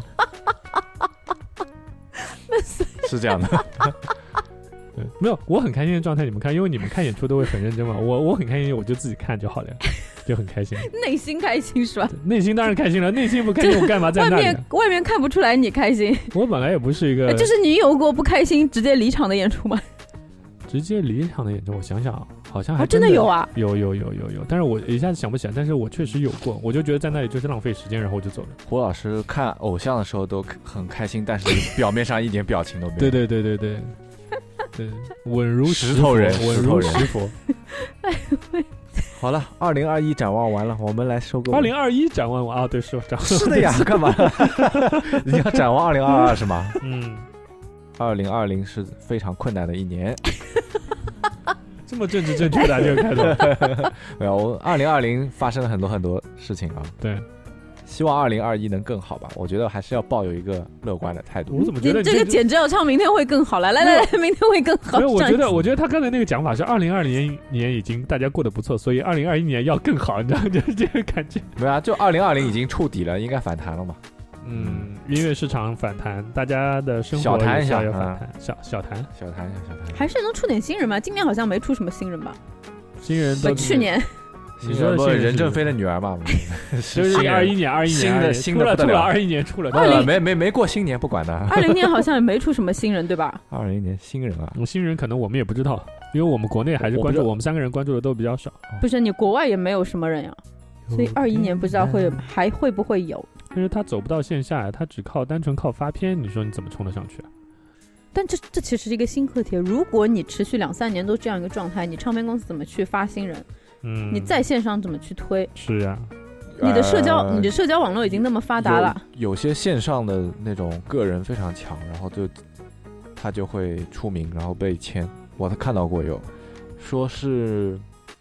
是这样的。 对，没有，我很开心的状态，你们看，因为你们看演出都会很认真嘛，我我很开心，我就自己看就好了呀，就很开心。 内心开心是吧？ 内心当然开心了，内心不开心我干嘛在那里？ 外面外面看不出来你开心。 我本来也不是一个， 就是你有过不开心直接离场的演出吗？ 直接离场的演出，我想想，好像还真的有啊， 有有有有有，但是我一下子想不起来，但是我确实有过，我就觉得在那里就是浪费时间，然后我就走了。 胡老师看偶像的时候都很开心，但是表面上一点表情都没有。 对对对对对对，稳如石头人， 稳如石佛。 好了，二零二一展望完了，我们来收个。 二零二一展望完啊，对，是展望。 是的呀，干嘛？你要展望二零二二是吗？ 嗯。 二零二零是非常困难的一年。 这么政治正确的这个开头。 没有，我二零二零发生了很多很多事情啊。 对， 希望二零二一能更好吧。我觉得还是要抱有一个乐观的态度。 我怎么觉得你这个简直要唱明天会更好了？来来来，明天会更好。 没有，我觉得我觉得他刚才那个讲法是二零二零年已经大家过得不错，所以二零二一年要更好，你知道吗？就是这个感觉。 没有啊，就二零二零已经触底了，应该反弹了嘛。 嗯，音乐市场反弹，大家的生活小谈一下要反弹，小小谈小谈一下，小谈还是能出点新人吧？今年好像没出什么新人吧？ 新人都去年， 你说的是任正非的女儿嘛？ 就是二一年，二一年新的新的出了二一年出了， 呃没没没过新年不管的。 二零年好像也没出什么新人对吧？ 二零年新人啊， 新人可能我们也不知道，因为我们国内还是关注，我们三个人关注的都比较少。 不是你国外也没有什么人呀，所以二一年不知道会还会不会有。 但是他走不到线下，他只靠单纯靠发片，你说你怎么冲得上去啊？ 但这这其实是一个新课题，如果你持续两三年都这样一个状态，你唱片公司怎么去发新人？嗯，你在线上怎么去推？ 是呀、 啊，你的社交、呃、你的社交网络已经那么发达了， 有, 有些线上的那种个人非常强，然后就他就会出名，然后被签。我看到过有说是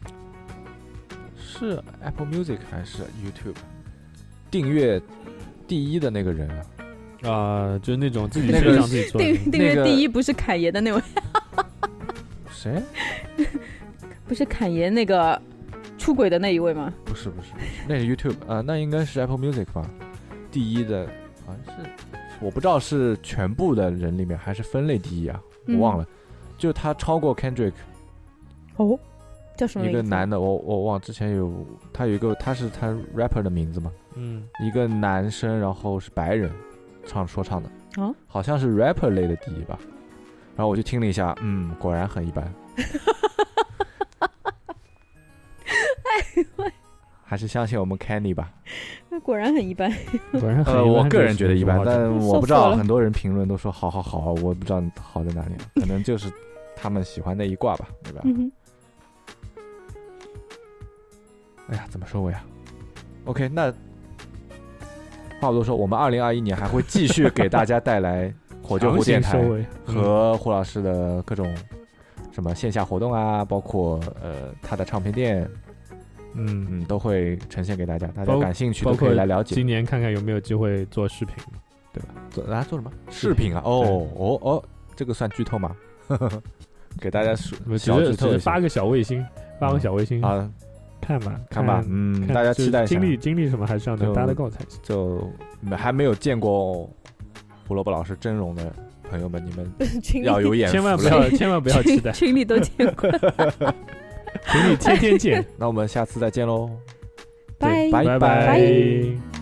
是 Apple Music 还是 YouTube 订阅第一的那个人啊， 啊、呃，就是那种自己线上自己做的。 订订阅第一不是凯爷的那位？ 谁？ 不是凯爷那个出轨的那一位吗？ 不是不是，那是 YouTube 啊、呃，那应该是 Apple Music 吧？第一的好像是，我不知道是全部的人里面还是分类第一啊，我忘了。嗯、就他超过 Kendrick。 哦。叫什么名字？ 一个男的，我我忘之前有他有一个，他是他 rapper 的名字嘛， 嗯， 一个男生，然后是白人，唱说唱的， 哦， 好像是 rapper 类的第一吧，然后我就听了一下，嗯，果然很一般，还是相信我们 Kenny 吧， 那果然很一般， 果然很一般， 呃，我个人觉得一般，但我不知道很多人评论都说好好好，我不知道好在哪里，可能就是他们喜欢那一挂吧，对吧？ 嗯哎呀，怎么收尾啊 ？OK， 那话不多说，我们二零二一年还会继续给大家带来火救湖电台和胡老师的各种什么线下活动啊，包括呃他的唱片店，嗯嗯，都会呈现给大家，大家感兴趣都可以来了解。 今年看看有没有机会做视频，对吧？ 做啊做什么？视频啊？哦哦哦，这个算剧透吗？给大家小剧透， 发个小卫星，发个小卫星啊。 看吧， 看吧，嗯，大家期待一下。 经历经历什么还是要能搭得够才行。 就还没有见过胡萝卜老师真容的朋友们，你们要有眼福， 千万不要千万不要期待。 群里都见过， 群里天天见。 那我们下次再见喽， 拜拜拜。